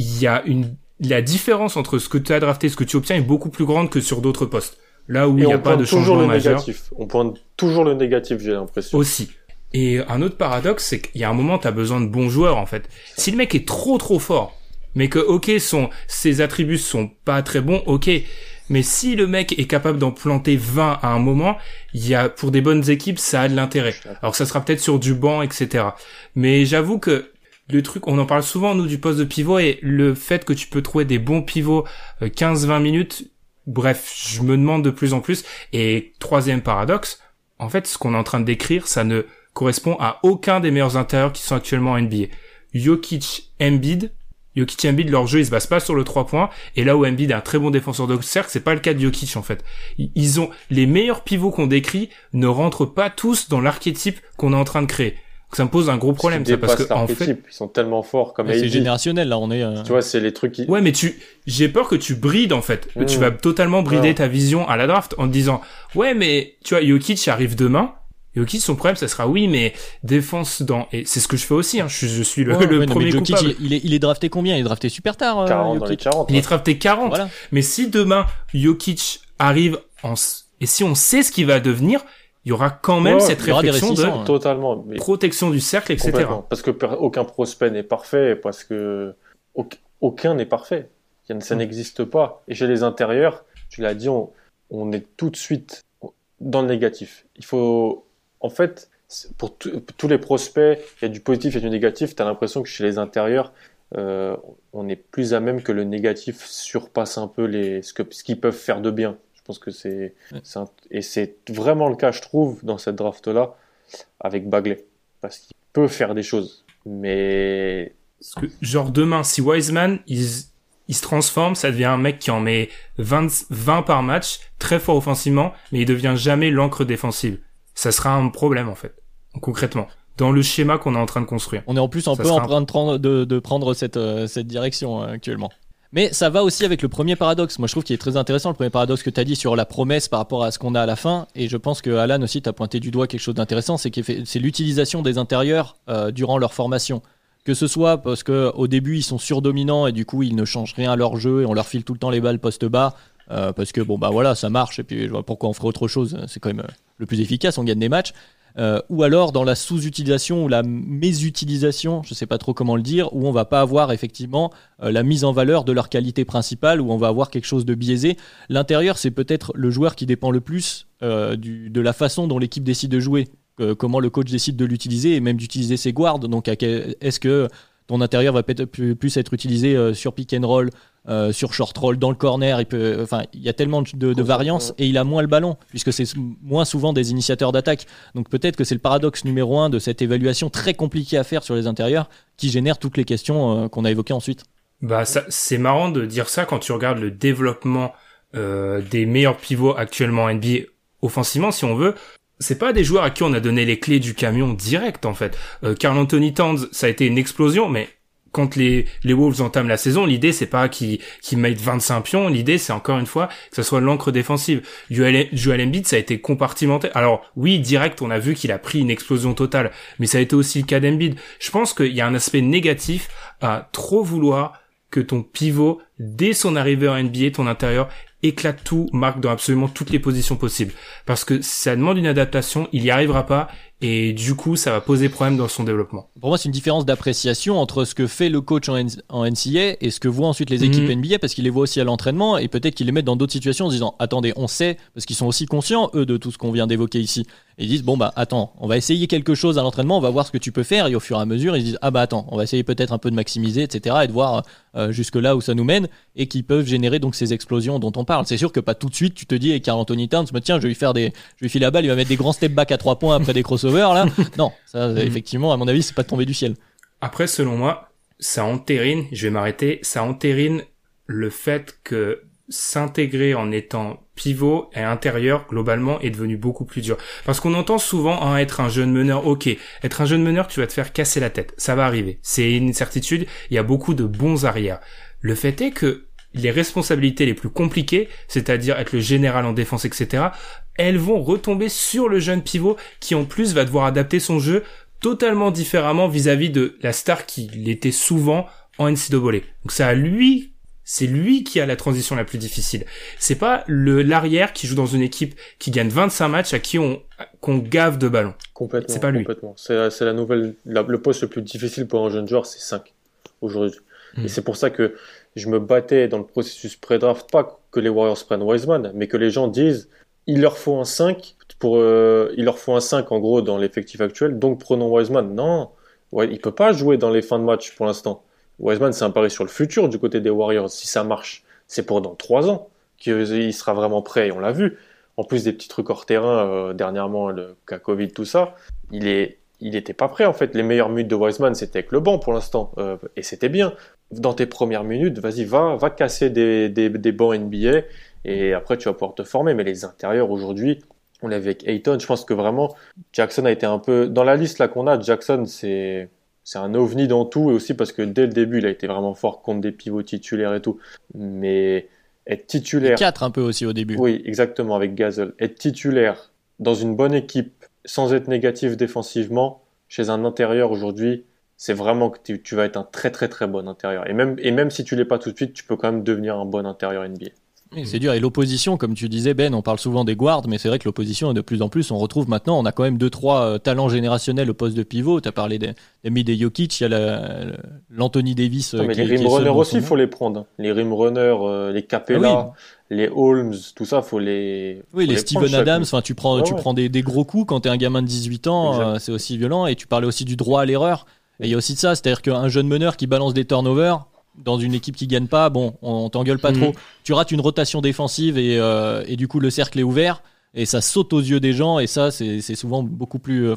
Speaker 3: la différence entre ce que tu as drafté et ce que tu obtiens est beaucoup plus grande que sur d'autres postes. Là où il n'y a pas de changement majeur.
Speaker 4: On pointe toujours le négatif, j'ai l'impression.
Speaker 3: Aussi. Et un autre paradoxe, c'est qu'il y a un moment, tu as besoin de bons joueurs, en fait. Si le mec est trop fort, mais que, ses attributs sont pas très bons, mais si le mec est capable d'en planter 20 à un moment, pour des bonnes équipes, ça a de l'intérêt. Alors ça sera peut-être sur du banc, etc. Mais j'avoue que le truc, on en parle souvent, nous, du poste de pivot, et le fait que tu peux trouver des bons pivots 15-20 minutes, bref, je me demande de plus en plus. Et troisième paradoxe, en fait, ce qu'on est en train de décrire, ça ne correspond à aucun des meilleurs intérieurs qui sont actuellement en NBA. Jokic, Embiid, leur jeu, il se base pas sur le 3 points. Et là où Embiid est un très bon défenseur de cercle, c'est pas le cas de Jokic, en fait. Les meilleurs pivots qu'on décrit ne rentrent pas tous dans l'archétype qu'on est en train de créer. Donc ça me pose un gros problème, ça, parce que, en fait,
Speaker 4: ils sont tellement forts, comme
Speaker 2: c'est générationnel, là, on est,
Speaker 4: Tu vois, c'est les trucs qui...
Speaker 3: Ouais, mais j'ai peur que tu brides, en fait. Que tu vas totalement brider ta vision à la draft en te disant, ouais, mais, tu vois, Jokic arrive demain. Jokic, son problème, ça sera mais défense et c'est ce que je fais aussi, je suis le premier
Speaker 2: Jokic,
Speaker 3: coupable.
Speaker 2: Il est drafté combien? Il est drafté super tard,
Speaker 4: 40, dans les 40.
Speaker 3: Il est drafté 40.
Speaker 2: Voilà.
Speaker 3: Mais si demain, Jokic arrive et si on sait ce qu'il va devenir, il y aura quand même cette réflexion de
Speaker 4: totalement,
Speaker 3: protection du cercle, etc.
Speaker 4: Parce que aucun prospect n'est parfait, parce que aucun n'est parfait. Ça n'existe pas. Et chez les intérieurs, tu l'as dit, on est tout de suite dans le négatif. Il faut... En fait, pour tous les prospects, il y a du positif et du négatif. Tu as l'impression que chez les intérieurs, on est plus à même que le négatif surpasse un peu ce qu'ils peuvent faire de bien. Je pense que et c'est vraiment le cas, je trouve, dans cette draft-là, avec Bagley. Parce qu'il peut faire des choses. Mais...
Speaker 3: Genre demain, si Wiseman, il se transforme, ça devient un mec qui en met 20 par match, très fort offensivement, mais il devient jamais l'encre défensive. Ça sera un problème, en fait, concrètement, dans le schéma qu'on est en train de construire.
Speaker 2: On est en plus un peu en train de prendre cette direction actuellement. Mais ça va aussi avec le premier paradoxe. Moi, je trouve qu'il est très intéressant, le premier paradoxe que tu as dit sur la promesse par rapport à ce qu'on a à la fin. Et je pense que Alan aussi t'a pointé du doigt quelque chose d'intéressant, c'est l'utilisation des intérieurs durant leur formation. Que ce soit parce qu'au début, ils sont surdominants et du coup, ils ne changent rien à leur jeu et on leur file tout le temps les balles poste bas. Parce que ça marche et puis pourquoi on ferait autre chose, c'est quand même le plus efficace, on gagne des matchs. ou alors dans la sous-utilisation ou la mésutilisation, je ne sais pas trop comment le dire, où on va pas avoir effectivement la mise en valeur de leur qualité principale, où on va avoir quelque chose de biaisé. L'intérieur, c'est peut-être le joueur qui dépend le plus de la façon dont l'équipe décide de jouer, comment le coach décide de l'utiliser et même d'utiliser ses guards. Donc est-ce que ton intérieur va peut-être plus être utilisé sur pick and roll, sur short roll, dans le corner. Il y a tellement de variances et il a moins le ballon puisque c'est moins souvent des initiateurs d'attaque. Donc peut-être que c'est le paradoxe numéro 1 de cette évaluation très compliquée à faire sur les intérieurs qui génère toutes les questions qu'on a évoquées ensuite.
Speaker 3: C'est marrant de dire ça quand tu regardes le développement des meilleurs pivots actuellement en NBA offensivement, si on veut. C'est pas des joueurs à qui on a donné les clés du camion direct en fait. Karl Anthony Towns, ça a été une explosion, mais quand les Wolves entament la saison, l'idée c'est pas qu'ils mettent 25 pions, l'idée c'est encore une fois que ça soit l'encre défensive. Joel Embiid, ça a été compartimenté. Alors oui, direct, on a vu qu'il a pris une explosion totale, mais ça a été aussi le cas d'Embiid. Je pense qu'il y a un aspect négatif à trop vouloir que ton pivot, dès son arrivée en NBA, ton intérieur, éclate tout, marque dans absolument toutes les positions possibles. Parce que ça demande une adaptation, il y arrivera pas, et du coup, ça va poser problème dans son développement.
Speaker 2: Pour moi, c'est une différence d'appréciation entre ce que fait le coach en NCAA et ce que voient ensuite les équipes NBA, parce qu'ils les voient aussi à l'entraînement, et peut-être qu'ils les mettent dans d'autres situations en se disant « Attendez, on sait », parce qu'ils sont aussi conscients, eux, de tout ce qu'on vient d'évoquer ici. Et ils disent « Bon, attends, on va essayer quelque chose à l'entraînement, on va voir ce que tu peux faire », et au fur et à mesure, ils disent « Ah attends, on va essayer peut-être un peu de maximiser, etc., et de voir jusque là où ça nous mène, et qui peuvent générer donc ces explosions dont on parle. » C'est sûr que pas tout de suite, tu te dis, et Karl Anthony Towns, tiens, je vais lui filer la balle, il va mettre des grands step back à 3 points après des crossovers, là. Non, ça, effectivement, à mon avis, c'est pas tombé du ciel.
Speaker 3: Après, selon moi, ça entérine le fait que s'intégrer en étant pivot et intérieur, globalement, est devenu beaucoup plus dur. Parce qu'on entend souvent, être un jeune meneur, ok. Être un jeune meneur, tu vas te faire casser la tête. Ça va arriver. C'est une certitude. Il y a beaucoup de bons arrières. Le fait est que les responsabilités les plus compliquées, c'est-à-dire être le général en défense, etc., elles vont retomber sur le jeune pivot qui, en plus, va devoir adapter son jeu totalement différemment vis-à-vis de la star qu'il était souvent en NCAA. Donc c'est lui qui a la transition la plus difficile. C'est pas l'arrière qui joue dans une équipe qui gagne 25 matchs à qui qu'on gave de ballons.
Speaker 4: Complètement.
Speaker 3: C'est pas lui.
Speaker 4: Complètement. C'est la nouvelle, le poste le plus difficile pour un jeune joueur, c'est 5 aujourd'hui. Et c'est pour ça que je me battais dans le processus pré-draft, pas que les Warriors prennent Wiseman, mais que les gens disent il leur faut un 5 il leur faut un 5 en gros dans l'effectif actuel, donc prenons Wiseman. Non, il peut pas jouer dans les fins de match pour l'instant. Wiseman, c'est un pari sur le futur du côté des Warriors. Si ça marche, c'est pour dans 3 ans qu'il sera vraiment prêt, et on l'a vu. En plus des petits trucs hors terrain, dernièrement, le cas Covid, tout ça, il était pas prêt en fait. Les meilleures minutes de Wiseman, c'était avec le banc pour l'instant, et c'était bien. Dans tes premières minutes, vas-y, va casser des bancs NBA, et après tu vas pouvoir te former. Mais les intérieurs aujourd'hui, on l'a vu avec Ayton, je pense que vraiment Jackson a été un peu dans la liste là qu'on a. Jackson, c'est un ovni dans tout, et aussi parce que dès le début, il a été vraiment fort contre des pivots titulaires et tout. Mais être titulaire,
Speaker 2: 4 un peu aussi au début.
Speaker 4: Oui, exactement, avec Gasol. Être titulaire dans une bonne équipe sans être négatif défensivement chez un intérieur aujourd'hui, c'est vraiment que tu vas être un très très très bon intérieur. Et même si tu l'es pas tout de suite, tu peux quand même devenir un bon intérieur NBA.
Speaker 2: Oui, c'est dur. Et l'opposition, comme tu disais, Ben, on parle souvent des guards, mais c'est vrai que l'opposition est de plus en plus. On retrouve maintenant, on a quand même 2-3 talents générationnels au poste de pivot. Tu as parlé d'Embiid et Jokic, il y a l'Anthony Davis.
Speaker 4: Mais les rim runners aussi, il faut les prendre. Les rim runners, les Capella, les Holmes, tout ça, faut les.
Speaker 2: Oui, les Steven Adams. Enfin, tu prends des gros coups quand t'es un gamin de 18 ans. C'est aussi violent. Et tu parlais aussi du droit à l'erreur. Et il y a aussi de ça, c'est-à-dire qu'un jeune meneur qui balance des turnovers dans une équipe qui gagne pas, bon, on t'engueule pas trop. Tu rates une rotation défensive et du coup le cercle est ouvert et ça saute aux yeux des gens, et ça c'est souvent beaucoup plus.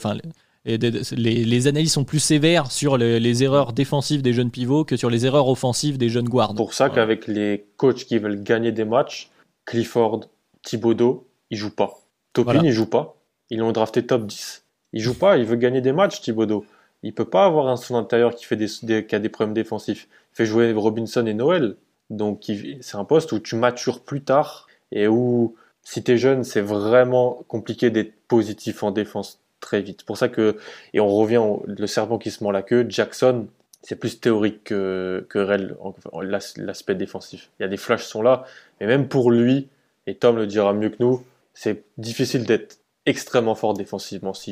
Speaker 2: Les analyses sont plus sévères sur les erreurs défensives des jeunes pivots que sur les erreurs offensives des jeunes guards.
Speaker 4: Pour ça qu'avec les coachs qui veulent gagner des matchs, Clifford, Thibodeau, ils jouent pas. Toppin, il joue pas. Ils l'ont drafté top 10. Il joue pas, il veut gagner des matchs, Thibodeau. Il peut pas avoir un son intérieur qui a des problèmes défensifs. Il fait jouer Robinson et Noël. Donc c'est un poste où tu matures plus tard et où si t'es jeune, c'est vraiment compliqué d'être positif en défense très vite. Pour ça et on revient le serpent qui se mord la queue, Jackson, c'est plus théorique que réel, l'aspect défensif. Il y a des flashs sont là, mais même pour lui, et Tom le dira mieux que nous, c'est difficile d'être extrêmement fort défensivement si jeune.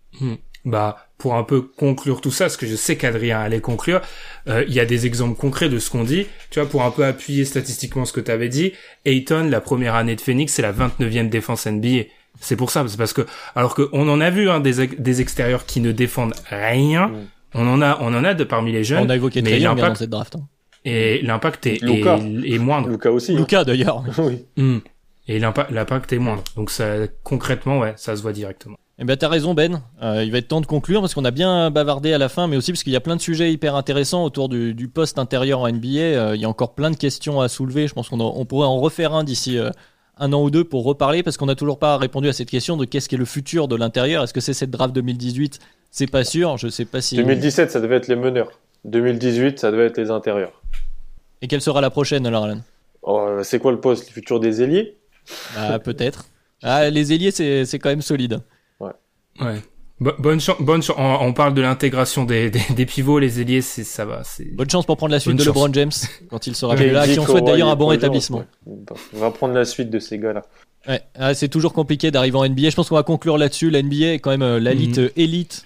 Speaker 3: Bah, pour un peu conclure tout ça, parce que je sais qu'Adrien allait conclure, il y a des exemples concrets de ce qu'on dit. Tu vois, pour un peu appuyer statistiquement ce que tu avais dit, Ayton, la première année de Phoenix, c'est la 29e défense NBA. C'est pour ça, c'est parce que, alors que on en a vu, des extérieurs qui ne défendent rien. On en a de parmi les jeunes.
Speaker 2: On a évoqué Trae Young dans cette draft.
Speaker 3: Et l'impact est moindre.
Speaker 4: Luka aussi.
Speaker 2: Luka d'ailleurs.
Speaker 4: Oui.
Speaker 3: Et l'impact est moindre. Donc ça, concrètement, ouais, ça se voit directement.
Speaker 2: Eh ben, t'as raison, Ben. Il va être temps de conclure parce qu'on a bien bavardé à la fin, mais aussi parce qu'il y a plein de sujets hyper intéressants autour du poste intérieur en NBA. Il y a encore plein de questions à soulever. Je pense qu'on pourrait en refaire un d'ici un an ou deux pour reparler, parce qu'on n'a toujours pas répondu à cette question de qu'est-ce qu'est le futur de l'intérieur. Est-ce que c'est cette draft 2018 ? C'est pas sûr. Je sais pas si.
Speaker 4: 2017, ça devait être les meneurs. 2018, ça devait être les intérieurs.
Speaker 2: Et quelle sera la prochaine alors, Alan ?
Speaker 4: C'est quoi le poste ? Le futur des ailiers ?
Speaker 2: Peut-être. Les ailiers, c'est quand même solide.
Speaker 3: Ouais. Bonne chance. On parle de l'intégration des pivots, les ailiers, ça va.
Speaker 2: Bonne chance pour prendre la suite de LeBron James quand il sera plus là. Qui on souhaite d'ailleurs un bon rétablissement.
Speaker 4: On va prendre la suite de ces gars-là.
Speaker 2: Ouais. C'est toujours compliqué d'arriver en NBA. Je pense qu'on va conclure là-dessus. La NBA est quand même la ligue élite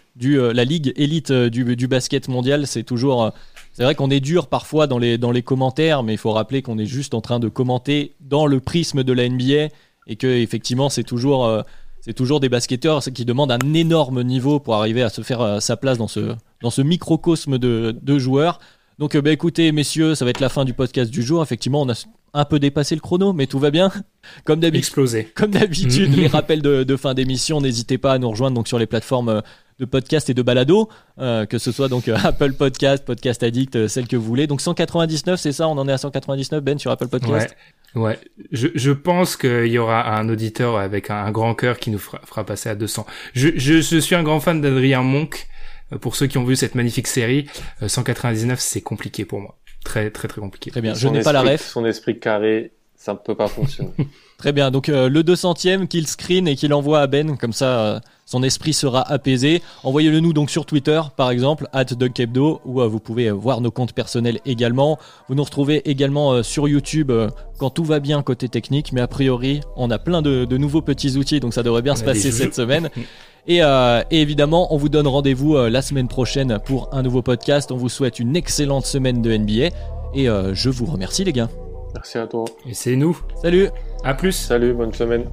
Speaker 2: du basket mondial. C'est toujours. C'est vrai qu'on est dur parfois dans les commentaires, mais il faut rappeler qu'on est juste en train de commenter dans le prisme de la NBA et que effectivement c'est toujours des basketteurs qui demandent un énorme niveau pour arriver à se faire sa place dans ce microcosme de joueurs. Donc écoutez messieurs, ça va être la fin du podcast du jour. Effectivement, on a un peu dépassé le chrono, mais tout va bien. Comme d'habitude,
Speaker 3: explosé.
Speaker 2: Comme d'habitude, les rappels de fin d'émission, n'hésitez pas à nous rejoindre donc sur les plateformes de podcast et de balado, que ce soit donc Apple Podcast, Podcast Addict, celle que vous voulez. Donc 199, c'est ça, on en est à 199, Ben, sur Apple Podcast.
Speaker 3: Ouais. Je pense qu'il y aura un auditeur avec un grand cœur qui nous fera passer à 200. Je suis un grand fan d'Adrien Monk. Pour ceux qui ont vu cette magnifique série, 199, c'est compliqué pour moi. Très, très, très compliqué.
Speaker 2: Très bien. Je n'ai pas la ref.
Speaker 4: Son esprit carré, ça ne peut pas fonctionner.
Speaker 2: Très bien. Donc, le 200e qu'il screen et qu'il envoie à Ben. Comme ça, son esprit sera apaisé. Envoyez-le nous donc sur Twitter, par exemple, @DunkHebdo, où vous pouvez voir nos comptes personnels également. Vous nous retrouvez également sur YouTube quand tout va bien côté technique. Mais a priori, on a plein de nouveaux petits outils. Donc, ça devrait bien se passer cette semaine. Et évidemment, on vous donne rendez-vous la semaine prochaine pour un nouveau podcast. On vous souhaite une excellente semaine de NBA. Et je vous remercie, les gars.
Speaker 4: Merci à toi.
Speaker 3: Et c'est nous.
Speaker 2: Salut.
Speaker 3: À plus.
Speaker 4: Salut, bonne semaine.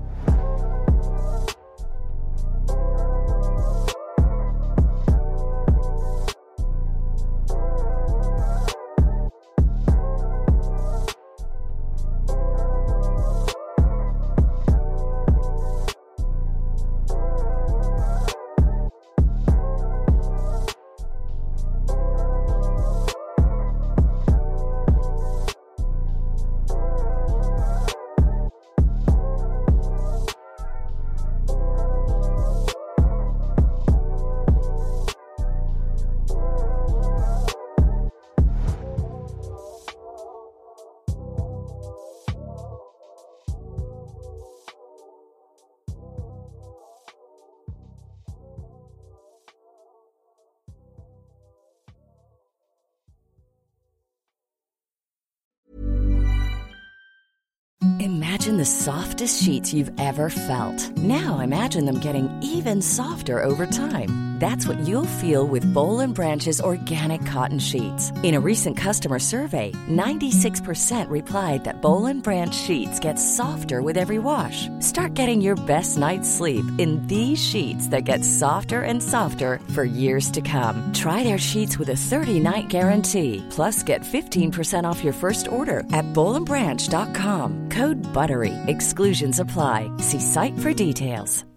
Speaker 5: Imagine the softest sheets you've ever felt. Now imagine them getting even softer over time. That's what you'll feel with Boll & Branch's organic cotton sheets. In a recent customer survey, 96% replied that Boll & Branch sheets get softer with every wash. Start getting your best night's sleep in these sheets that get softer and softer for years to come. Try their sheets with a 30-night guarantee. Plus, get 15% off your first order at bollandbranch.com. Code BUTTERY. Exclusions apply. See site for details.